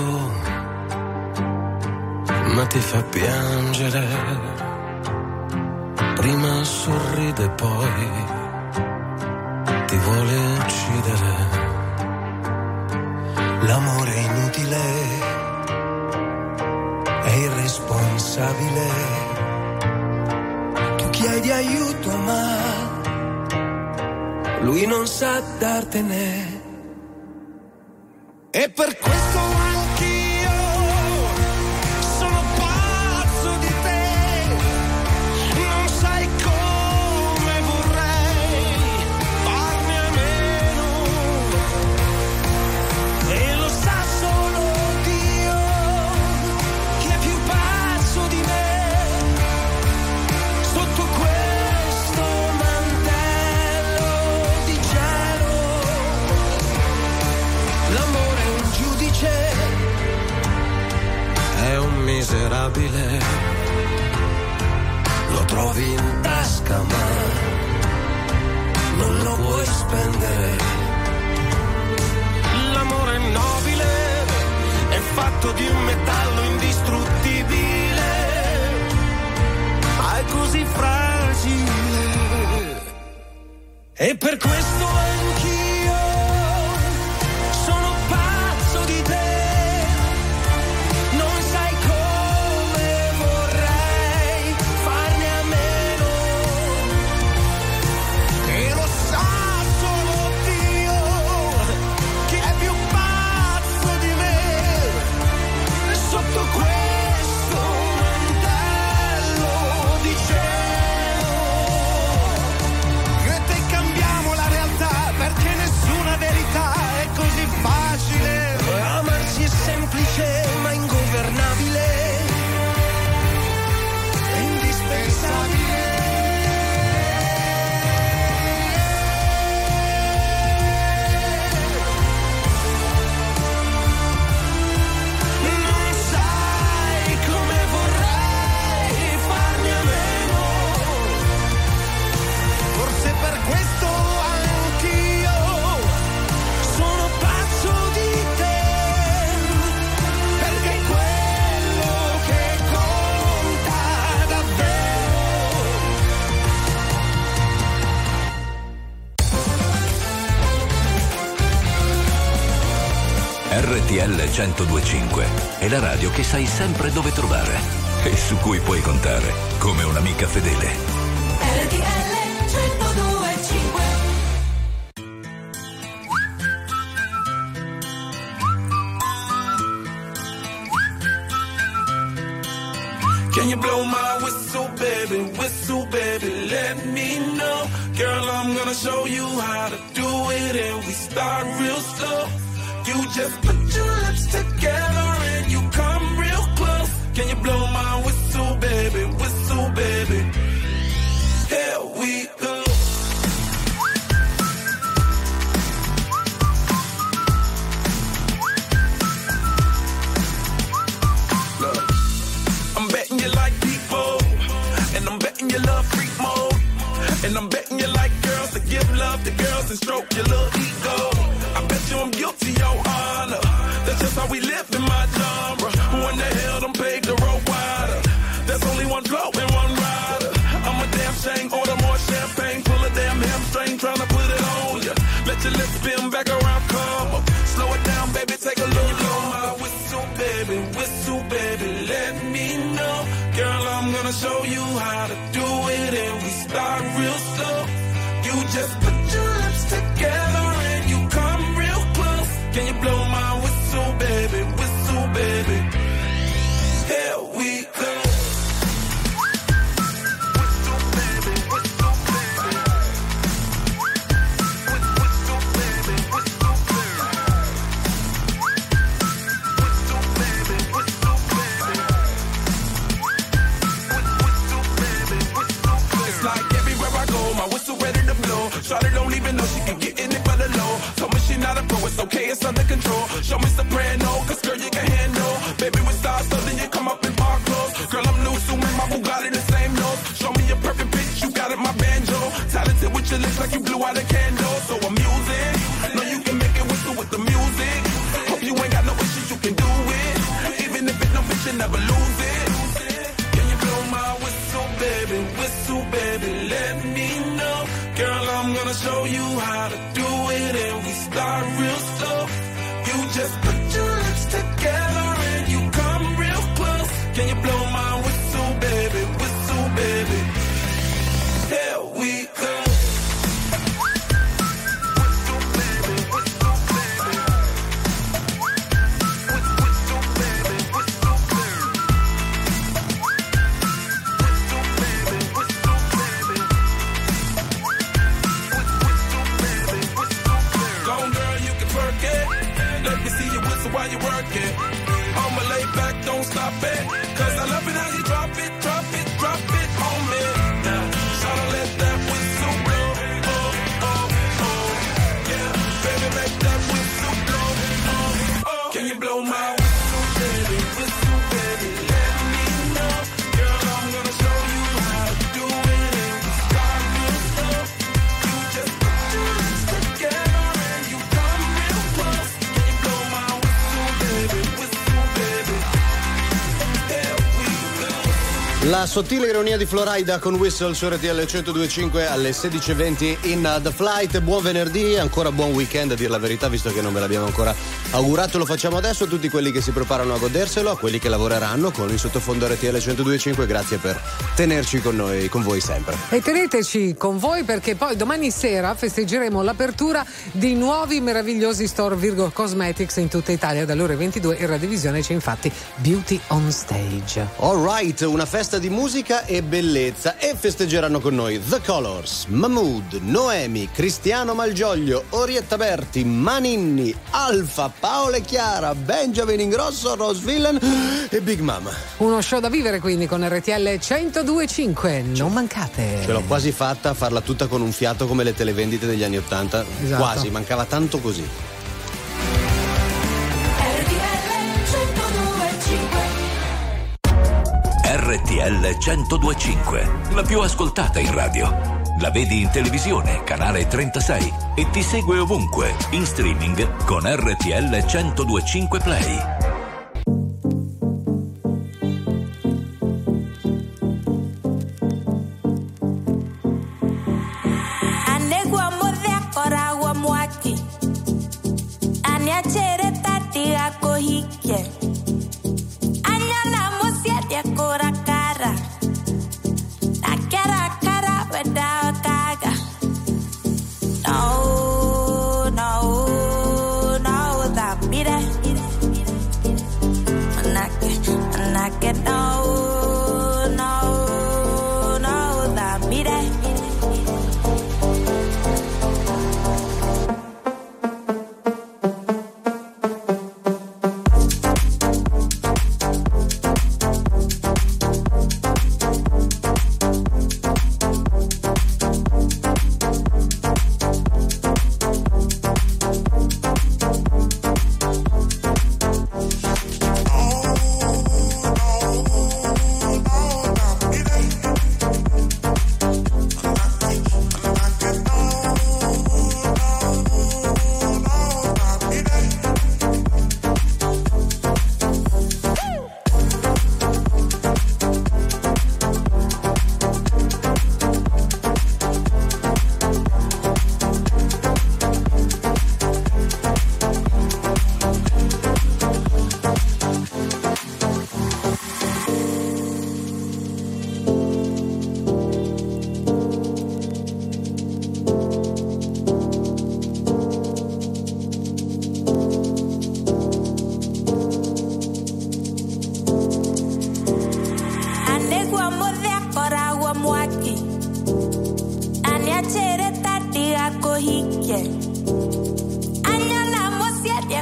ma ti fa piangere. Prima sorride, poi ti vuole uccidere. L'amore è inutile, è irresponsabile. Tu chiedi aiuto, ma lui non sa dartene. E per questo anch'io sono pazzo di te. Non sai come vorrei farne a meno. E lo sa solo Dio che è più pazzo di me. Sotto questo mantello di cielo, l'amore è un miserabile, lo trovi in tasca ma non lo puoi spendere. L'amore è nobile, è fatto di un metallo indistruttibile, ma è così fragile. E per questo anch'io sono pazzo di te. Semplice ma ingovernabile, è indispensabile. Non sai come vorrei farne a meno. Forse per questo anch'io sono pazzo di te. RTL 102.5 è la radio che sai sempre dove trovare e su cui puoi contare come un'amica fedele. RTL 102.5. Can you blow my whistle, baby, let me know. Girl, I'm gonna show you how to do it, and we start real slow. You just put your lips together and you come real close. Can you blow my whistle, baby, here we go. Look, I'm betting you like people, and I'm betting you love freak mode, and I'm betting you like girls to give love to girls and stroke your little ego. I bet you I'm guilty, your honor. That's just how why we live in my genre. Who in the hell done paved the road wider? There's only one flow and one rider. I'm a damn shame, order more champagne, pull a damn hamstring, tryna put it on ya. Let your lips spin back around, come up. Slow it down, baby, take a look. Blow my whistle, baby, let me know. Girl, I'm gonna show you how to do it, and we start real slow. You just put your lips together and you come real close. Can you blow my whistle, baby, here we go. Shawty don't even know she can get in it for the low. Told me she not a pro, it's okay, it's under control. Show me soprano, cause girl you can handle. Baby with stars, so then you come up in park clothes. Girl I'm new, so my Bugatti the same nose. Show me your perfect pitch, you got it, my banjo. Talented with your lips like you blew out a candle. So I'm using, know you can make it whistle with the music. Hope you ain't got no issues, you can do it. Even if it's no bitch, you never lose it. Can you blow my whistle, baby, let me know. Girl, I'm gonna show you how to do it, and we start real slow. You just put your lips together and you come real close. Can you blow my whistle, baby, here we go. While you work it, I'ma lay back, don't stop it. Cause I love it how you drop it on me. Now, try to let that whistle blow. Yeah, baby, make that whistle blow. Can you blow my whistle, baby, let me know. Girl, I'm gonna show you how to do it, and we start real slow. You just put your lips together and you come real close. Can you blow my La sottile ironia di Florida con Whistle su RTL 102.5 alle 16.20 in The Flight. Buon venerdì, ancora buon weekend a dir la verità, visto che non ve l'abbiamo ancora augurato, lo facciamo adesso a tutti quelli che si preparano a goderselo, a quelli che lavoreranno con il sottofondo RTL 102.5. Grazie per tenerci con noi, con voi sempre. E teneteci con voi, perché poi domani sera festeggeremo l'apertura di nuovi meravigliosi store Virgo Cosmetics in tutta Italia. Dalle ore 22 in radiovisione c'è infatti Beauty on Stage. Alright, una festa di musica e bellezza, e festeggeranno con noi The Colors, Mahmood, Noemi, Cristiano Malgioglio, Orietta Berti, Maninni, Alfa, Paola e Chiara, Benjamin Ingrosso, Rose Villain e Big Mama. Uno show da vivere quindi con RTL 102.5, non mancate. Ce l'ho quasi fatta a farla tutta con un fiato come le televendite degli anni '80. Esatto. Quasi, mancava tanto così. RTL 102.5, la più ascoltata in radio. La vedi in televisione, canale 36, e ti segue ovunque, in streaming con RTL 102.5 Play.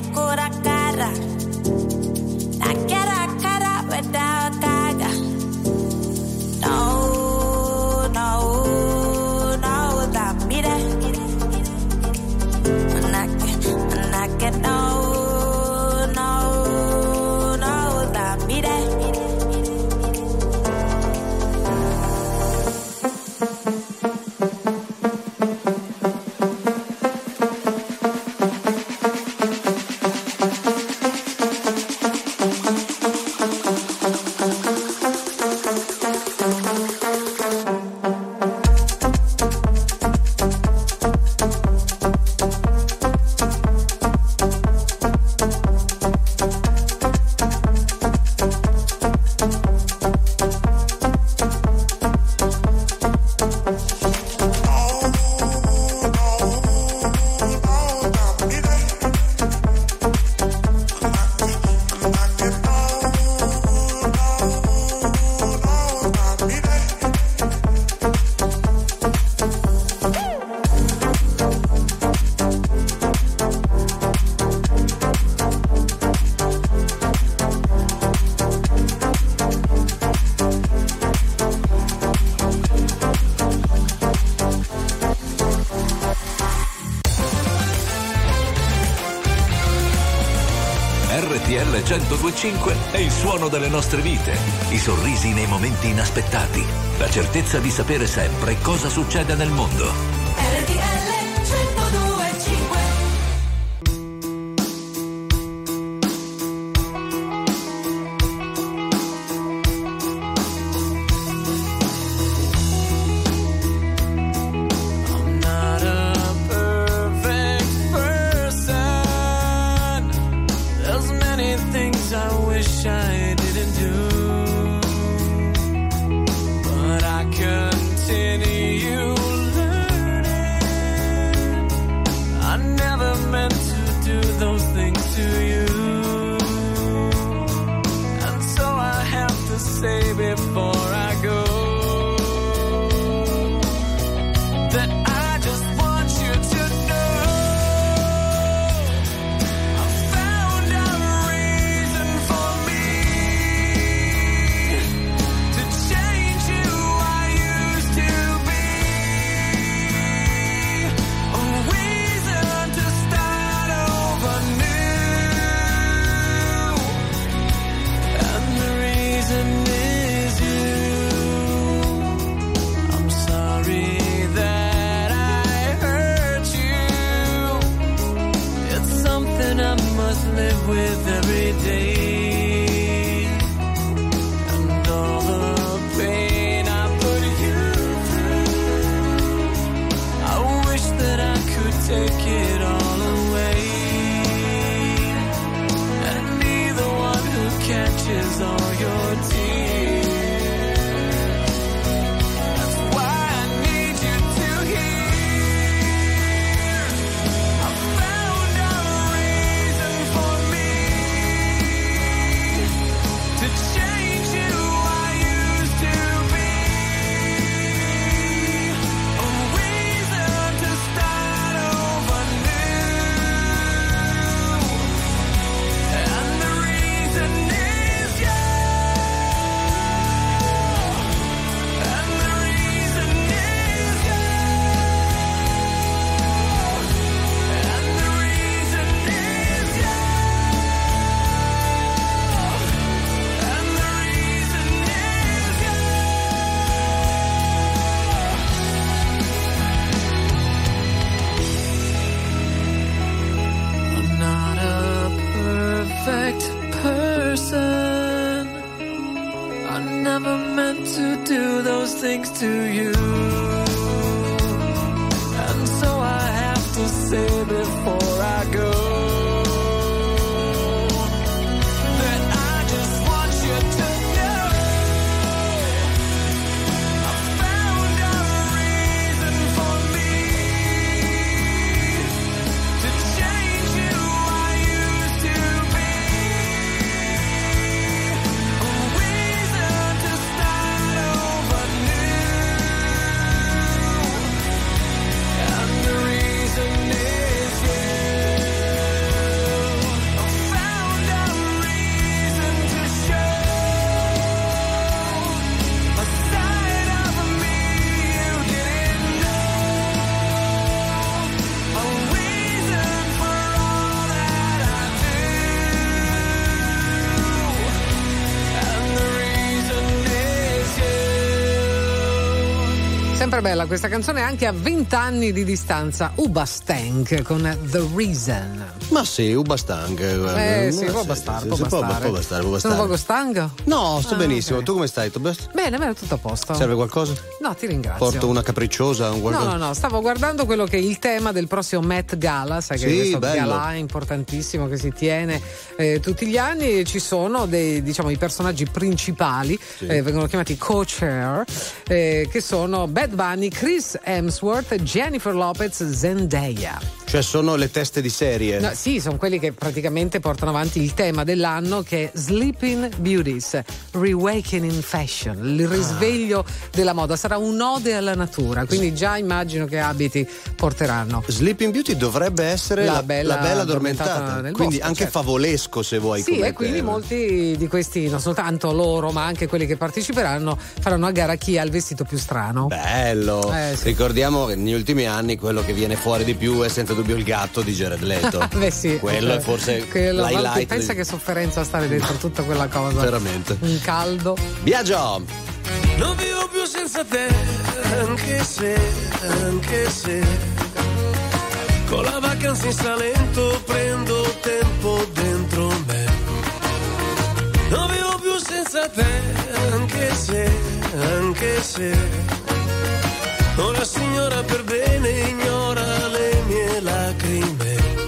cura cara. I get a cara without gaga. No, no, no, without me there. When I get no, no, no, without me there. RTL 102.5 è il suono delle nostre vite, i sorrisi nei momenti inaspettati, la certezza di sapere sempre cosa succede nel mondo. RTL 102.5. I'm not a perfect person. There's many things I wish I didn't do, but I continue learning. I never meant to do those things to you, and so I have to say before I go that I just want you to know I found a reason for me to change who I used to be, a reason to start over new, and the reason is you. I'm sorry that I hurt you. It's something I must live with every day. And all the pain I put you through, I wish that I could take it all away and be the one who catches all your tears. That's why I need you to hear I found a reason for me to change who I used to be, a reason to start over new, and the reason is you, and the reason is you, and the reason is you, and the reason is you. I'm not a perfect person. I never meant to do those things to you, and so I have to say before I go that I just want you to know I found a reason for me to change who I used to be, a reason to start over new, and the reason is you. Sempre bella questa canzone anche a 20 anni di distanza. Hoobastank con The Reason. Ma sì, Hoobastank. Sì, può bastare. Può bastare. Sono un poco stanco? No, sto benissimo. Okay. Tu come stai, Tobias? Bene, tutto a posto. Serve qualcosa? No, ti ringrazio. Porto una capricciosa? Un qualcosa? No, stavo guardando quello che è il tema del prossimo Met Gala, sai che questo gala importantissimo che si tiene tutti gli anni. Ci sono i personaggi principali, vengono chiamati co-chair, che sono Bad Bunny, Chris Hemsworth, Jennifer Lopez, Zendaya. Cioè sono le teste di serie? No, sì, sono quelli che praticamente portano avanti il tema dell'anno, che è Sleeping Beauties, Reawakening Fashion, il risveglio della moda. Sarà un'ode alla natura, quindi già immagino che abiti porteranno. Sleeping Beauty dovrebbe essere la bella addormentata, quindi bosco, anche favolesco, se vuoi. Sì, e quindi molti di questi, non soltanto loro ma anche quelli che parteciperanno, faranno a gara chi ha il vestito più strano. Bello. Sì. Ricordiamo che negli ultimi anni quello che viene fuori di più è senza dubbio il gatto di Jared Leto. Beh sì, quello è forse l'highlight. Pensa che sofferenza stare dentro tutta quella cosa. Veramente. Un caldo. Viaggio. Non vivo più senza te, anche se con la vacanza in Salento prendo tempo dentro me. Non vivo più senza te, anche se una signora per bene ignora le mie lacrime.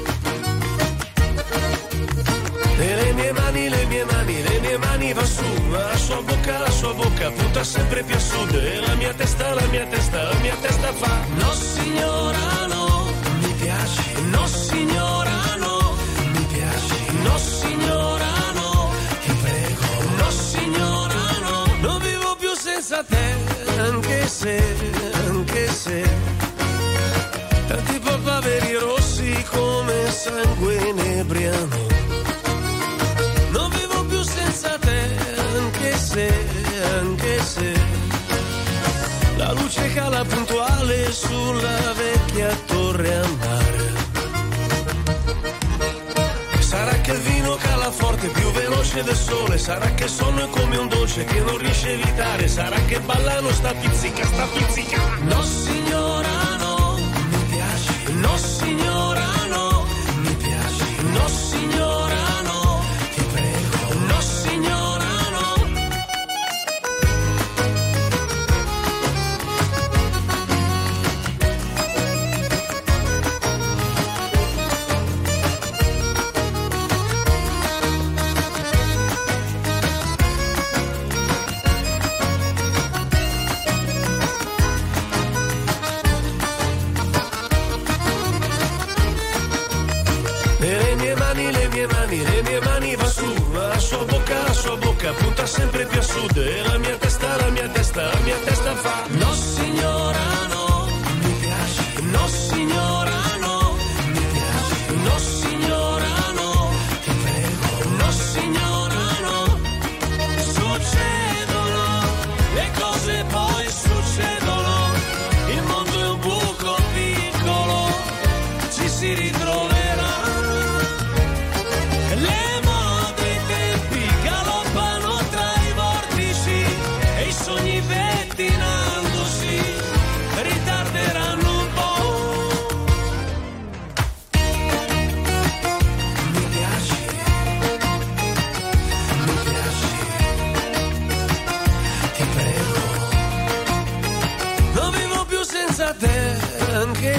E le mie mani va su, ma la sua bocca punta sempre più a sud. E la mia testa fa no signora no, mi piaci. No signora no, mi piaci. No signora no, ti prego. No signora no, non vivo più senza te, anche se tanti papaveri rossi come sangue inebriano. Non vivo più senza te, anche se la luce cala puntuale sulla vecchia torre a mare. Sarà che il vino cala forte, più veloce del sole. Sarà che il sonno è come un dolce che non riesce a evitare. Sarà che ballano sta pizzica. No signora no, mi piaci. No signora no, mi piaci. No signora no, ti prego. No signora no. Le mie mani va su, ma la sua bocca punta sempre più a sud. E la mia testa fa no signora no, mi piaci. No signora no, mi piaci. No signora no, ti prego. No signora no. Succedono le cose, poi succedono. Il mondo è un buco piccolo, ci si ritroverà. Le mode i tempi galoppano tra i vortici e i sogni pettinandosi ritarderanno un po'. Mi piaci, ti prego. Non vivo più senza te, anche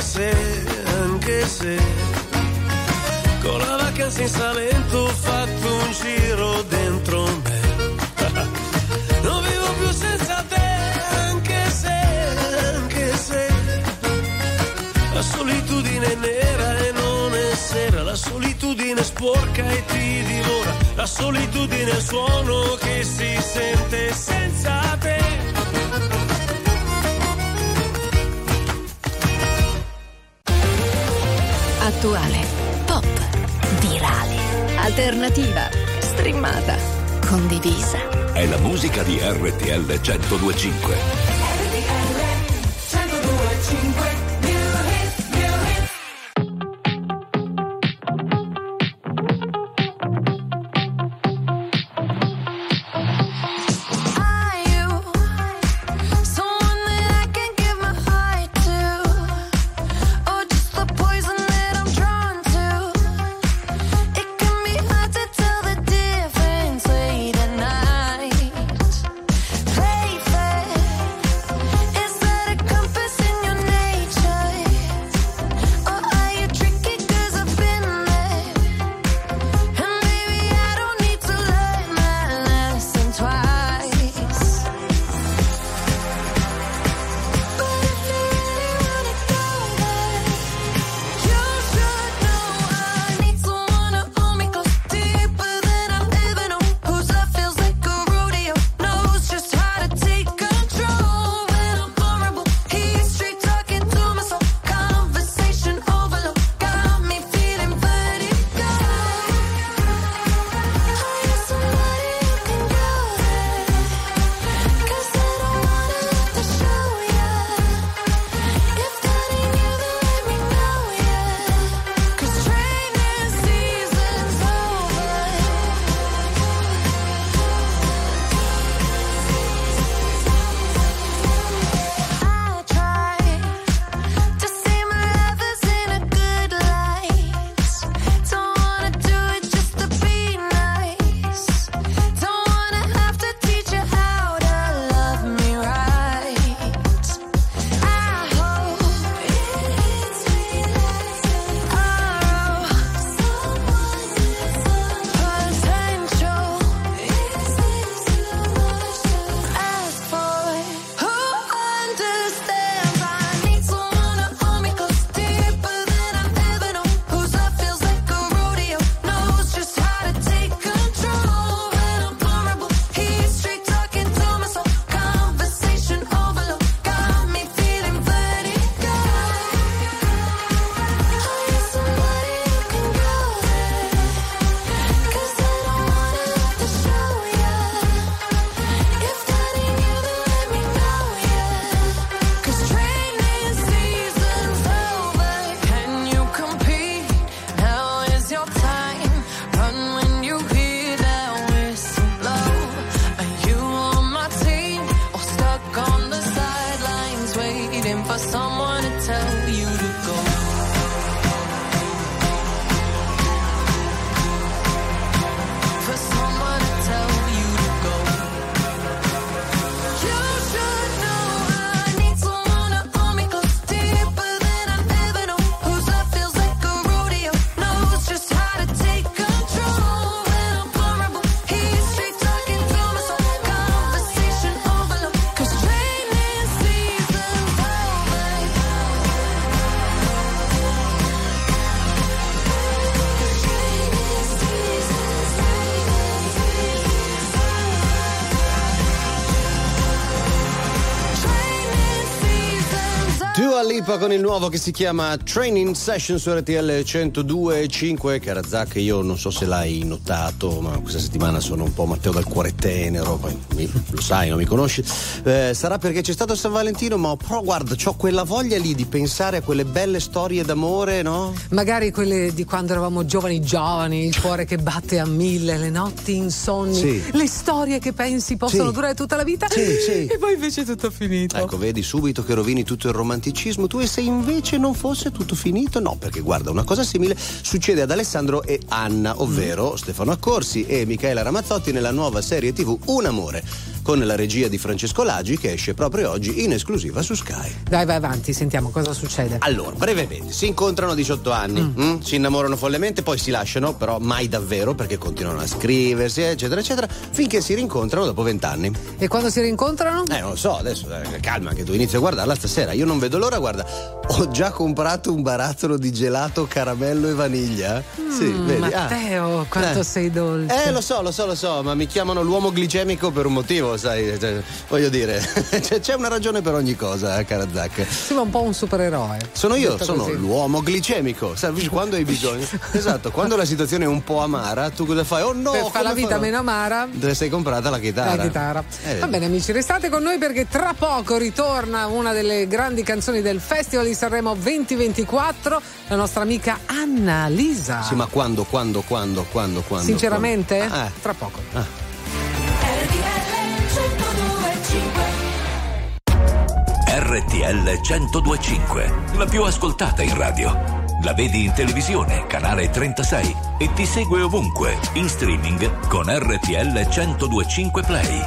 se con la vacanza in Salento ho fatto un giro dentro me. Non vivo più senza te, anche se la solitudine è nera e non è sera. La solitudine sporca e ti divora. La solitudine è il suono che si sente senza te. Attuale, pop, virale, alternativa, streamata, condivisa. È la musica di RTL 102.5. Are you someone that I can give my Dua Lipa con il nuovo che si chiama Training Session su RTL 102.5. Carazzacca, io non so se l'hai notato, ma questa settimana sono un po' Matteo dal cuore tenero, poi lo sai, non mi conosci, sarà perché c'è stato San Valentino, ma però guarda, c'ho quella voglia lì di pensare a quelle belle storie d'amore, no? Magari quelle di quando eravamo giovani, il cuore che batte a 1000, le notti insonni, sì, le storie che pensi possono durare tutta la vita, sì. E poi invece è tutto finito. Ecco, vedi subito che rovini tutto il romanticismo. Tu, e se invece non fosse tutto finito? No, perché guarda, una cosa simile succede ad Alessandro e Anna, ovvero Stefano Accorsi e Michaela Ramazzotti nella nuova serie TV Un amore, con la regia di Francesco Laggi, che esce proprio oggi in esclusiva su Sky. Dai, vai avanti, sentiamo cosa succede. Allora, brevemente, si incontrano a 18 anni, si innamorano follemente, poi si lasciano, però mai davvero, perché continuano a scriversi, eccetera, eccetera, finché si rincontrano dopo 20 anni. E quando si rincontrano? Non lo so, adesso calma, che tu inizi a guardarla stasera. Io non vedo l'ora, guarda, ho già comprato un barattolo di gelato, caramello e vaniglia. Sì, vedi. Matteo, quanto sei dolce. Lo so, ma mi chiamano l'uomo glicemico per un motivo, sai, voglio dire, c'è una ragione per ogni cosa, Carazzacca. Sembra un po' un supereroe. Sono io, sono l'uomo glicemico, sai, quando hai bisogno. Esatto, quando la situazione è un po' amara, tu cosa fai? Oh no! Per fare la vita meno amara, te sei comprata la chitarra. Va bene, amici, restate con noi perché tra poco ritorna una delle grandi canzoni del Festival di Sanremo 2024, la nostra amica Anna Lisa. Sì, ma quando? Sinceramente? Tra poco. RTL 102.5, la più ascoltata in radio. La vedi in televisione, canale 36, e ti segue ovunque, in streaming con RTL 102.5 Play.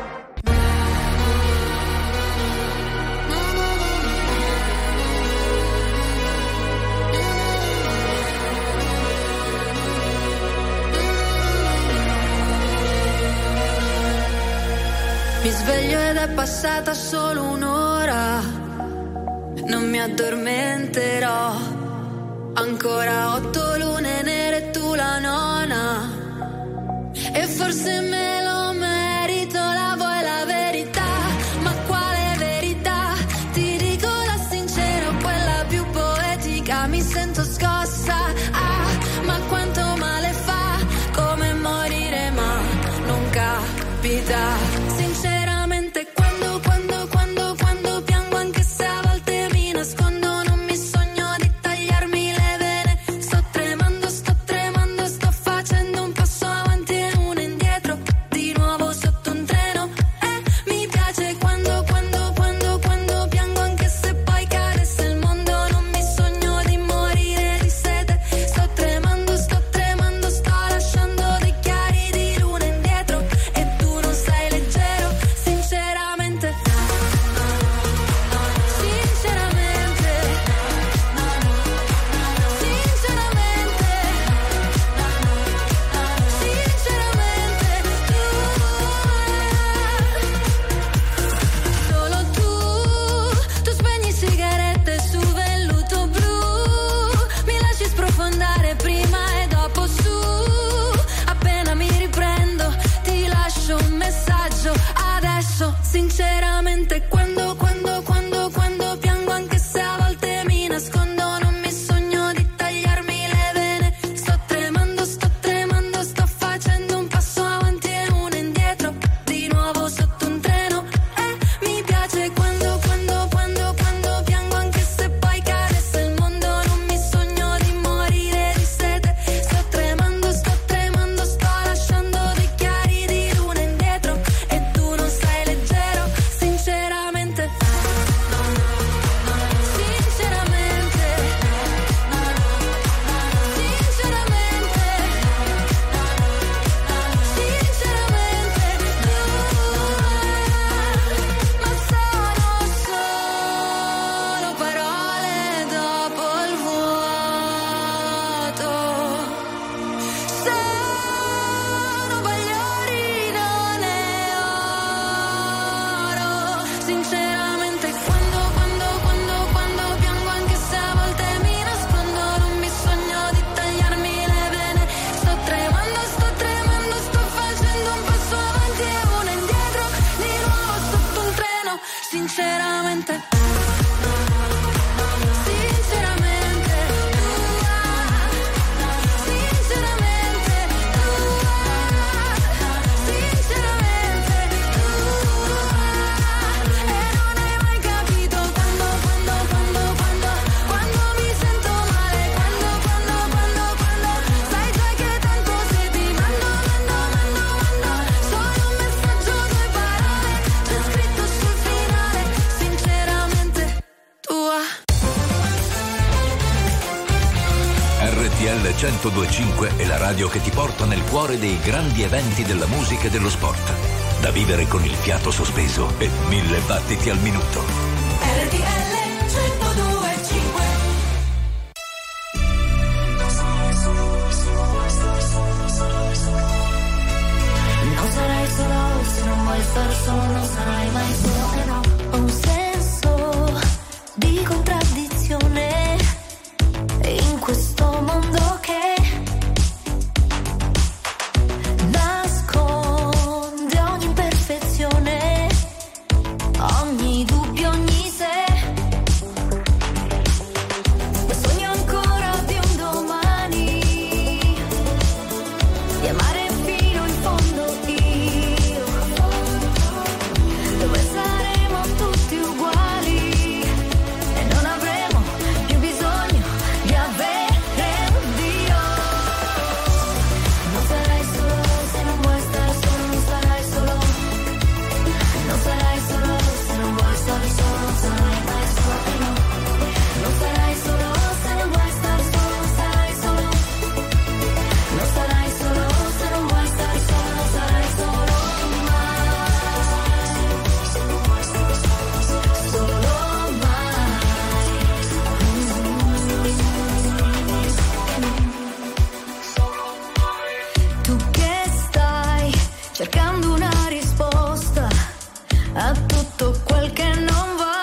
Mi sveglio ed è passata solo un'ora, non mi addormenterò. Ancora 8 lune nere e tu la nona, e forse me lo merito, la vuoi la verità? Ma quale verità? Ti dico la sincera, quella più poetica, mi sento scossa, ma quanto male fa, come morire ma non capita. Sinceramente quando piango, anche se a volte mi nascondo, non mi sogno di tagliarmi le vene. Sto tremando, sto facendo un passo avanti e uno indietro, di nuovo sotto un treno. Mi piace quando piango, anche se poi cadesse il mondo, non mi sogno di morire di sete. Sto tremando, sto lasciando dei chiari di luna indietro, e tu non sei leggero. Sinceramente, solo tu spegni sigarette su velluto blu, mi lasci sprofondare prima e dopo su. Appena mi riprendo ti lascio un messaggio adesso. Sinceramente quando piango, anche se a volte mi nascondo, non mi sogno di tagliarmi le vene. Sto tremando, sto facendo un passo avanti e uno indietro, di nuovo sotto un treno. Mi piace quando piango, anche se poi cadesse il mondo, non mi sogno di morire di sete. Sto tremando, sto lasciando dei chiari di luna indietro, e tu non sei leggero. Sinceramente, ma sono solo parole dopo il vuoto. Sono bagliori, non è oro. Sinceramente quando piango, anche se a volte mi nascondo, non mi sogno di tagliarmi le vene. Sto tremando, sto facendo un passo avanti e uno indietro, di nuovo sotto un treno. Sinceramente, 102.5 è la radio che ti porta nel cuore dei grandi eventi della musica e dello sport. Da vivere con il fiato sospeso e 1000 battiti al minuto. RTL 102.5. Non sarai solo se non vuoi star solo, non sarai mai solo, no. Ho un senso di contraddizione in questo mondo che nasconde ogni imperfezione, ogni dubbio, ogni se. E sogno ancora di un domani, di amare fino in fondo io, dove saremo tutti uguali e non avremo più bisogno di avere un Dio. Non sarai solo se non vuoi star solo, non sarai solo. Non sarai solo se non vuoi star solo, non sarai mai solo, no. Non sarai solo se non vuoi star solo, non sarai solo. Non sarai solo se non vuoi star solo, non sarai solo mai. Tu che stai cercando una risposta a tutto quel che non va,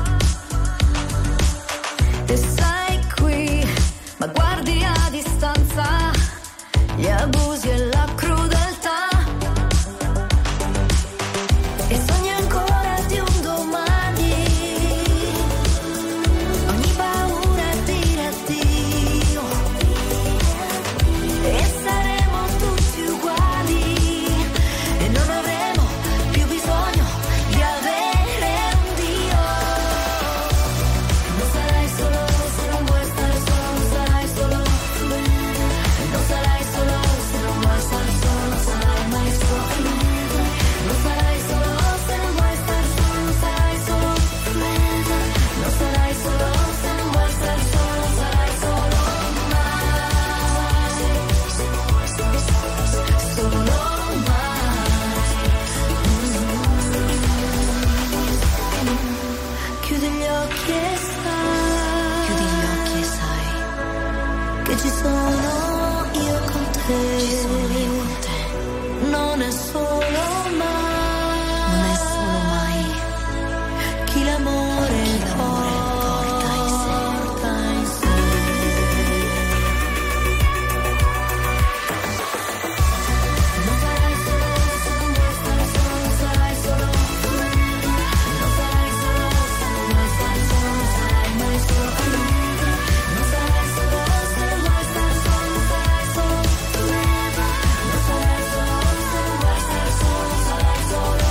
e sei qui ma guardi a distanza gli abusi e la crudeltà, e sogni ancora di un domani, ogni paura è dire addio, e saremo tutti uguali e non avremo più bisogno di avere un Dio. Non sarai solo se non vuoi stare solo, non sarai solo. Non sarai solo se non vuoi stare solo, non sarai mai solo. Non sarai solo se non vuoi stare solo, non sarai solo. Non sarai solo se non vuoi stare solo, non sarai solo mai. Solo mai. Chiudi gli occhi e sai. Chiudi gli occhi e sai che ci sono io con te. Ci sono io con te. Non è solo mai. Non è solo mai. Chi l'amore porta in sé. Non sarai solo se non vuoi stare solo, non sarai solo. Non sarai solo se non vuoi stare solo, non sarai mai solo. Non sarai solo se non vuoi stare solo, non sarai solo. Non sarai solo se non vuoi stare solo, non sarai solo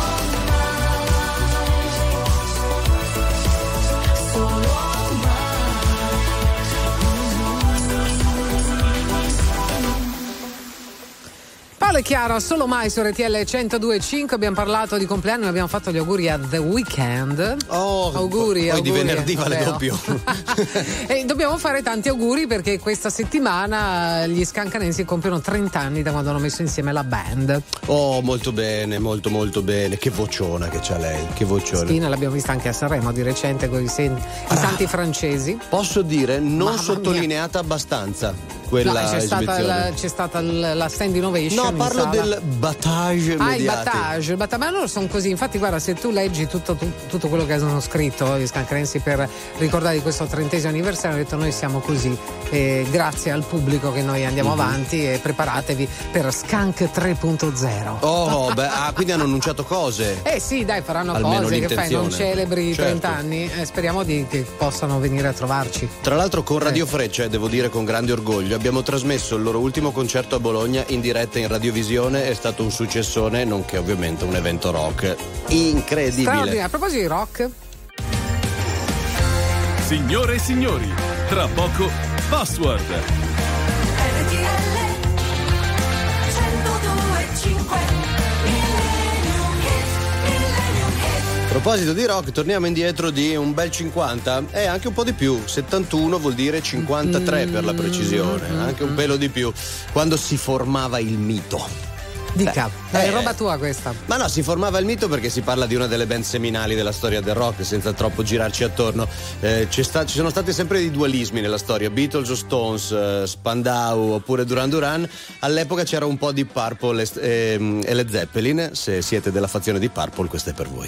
mai. Solo Paolo e Chiara, solo mai su RTL 102.5. Abbiamo parlato di compleanno e abbiamo fatto gli auguri a The Weeknd. Auguri. Poi di venerdì vale Matteo. doppio. E dobbiamo fare tanti auguri perché questa settimana gli Scancanensi compiono 30 anni da quando hanno messo insieme la band. Oh, molto bene, molto molto bene. Che vociona che c'ha lei, che vociona. Spina l'abbiamo vista anche a Sanremo di recente con i santi francesi. Posso dire, non Mamma sottolineata abbastanza quella No, c'è esibizione. stata la stand innovation. No, in parlo sala. del battage il mediatico. battage, ma loro sono così. Infatti, guarda, se tu leggi tutto quello che hanno scritto gli Scancanensi per ricordare di questo 30° anniversario, hanno detto noi siamo così, grazie al pubblico che noi andiamo avanti e preparatevi per Skank 3.0. Oh, beh, quindi hanno annunciato cose. Sì, dai, faranno Almeno cose che fai, non celebri i Certo. 30 anni. Speriamo che possano venire a trovarci. Tra l'altro con Radio Freccia, devo dire con grande orgoglio, abbiamo trasmesso il loro ultimo concerto a Bologna in diretta in radiovisione, è stato un successone, nonché ovviamente un evento rock incredibile. Straordinario. A proposito di rock, Signore e signori, tra poco Password. RTL 102.5 Millennium Hit. A proposito di rock, torniamo indietro di un bel 50 e anche un po' di più. 71 vuol dire 53 per la precisione, anche un pelo di più. Quando si formava il mito. Dica, è roba tua questa. Ma no, si formava il mito perché si parla di una delle band seminali della storia del rock, senza troppo girarci attorno. Ci sono stati sempre dei dualismi nella storia, Beatles o Stones, Spandau oppure Duran Duran. All'epoca c'era un po' di Purple e Led Zeppelin. Se siete della fazione di Purple, questo è per voi.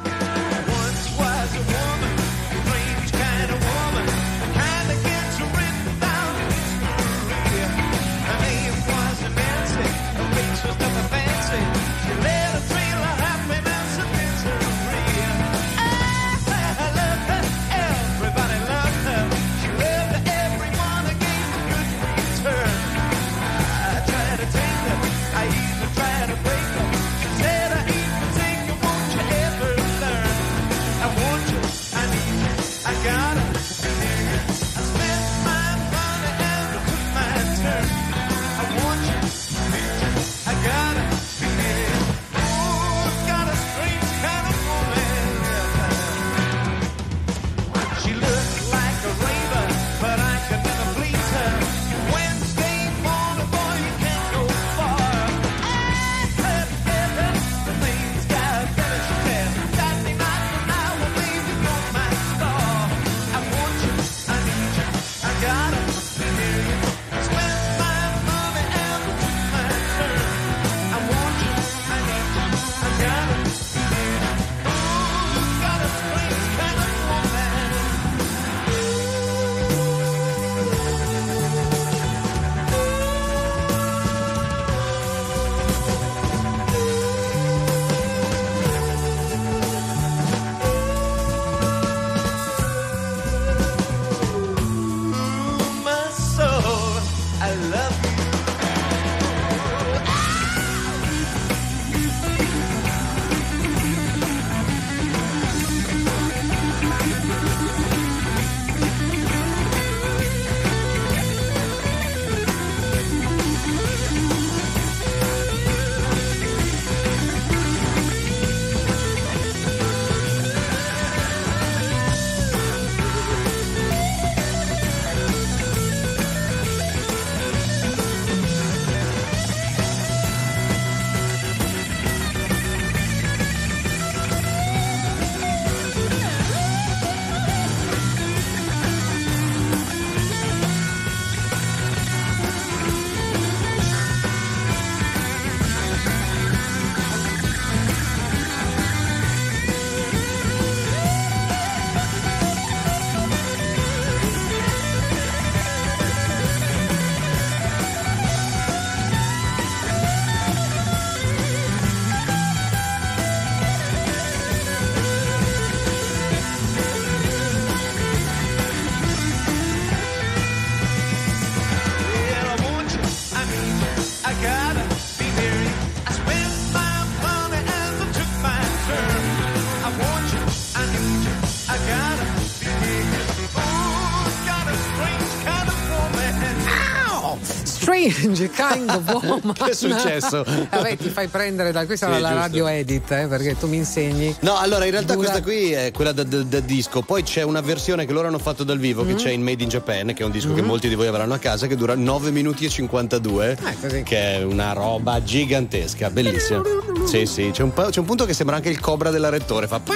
Strange Kind of Woman. Che è successo? Vabbè, ti fai prendere da questa Sì, dalla giusto. radio edit, perché tu mi insegni. No, allora in realtà questa qui è quella da disco. Poi c'è una versione che loro hanno fatto dal vivo, che c'è in Made in Japan, che è un disco che molti di voi avranno a casa, che dura 9 minuti e 52, che è una roba gigantesca, bellissima. Sì, c'è un punto che sembra anche il Cobra della Rettore, fa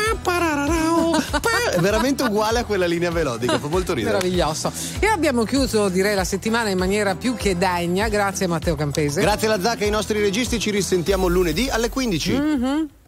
è veramente uguale a quella linea melodica, fa molto ridere. Meraviglioso. E abbiamo chiuso, direi, la settimana in maniera più che degna. Grazie a Matteo Campese. Grazie alla Zacca e ai nostri registi, ci risentiamo lunedì alle 15.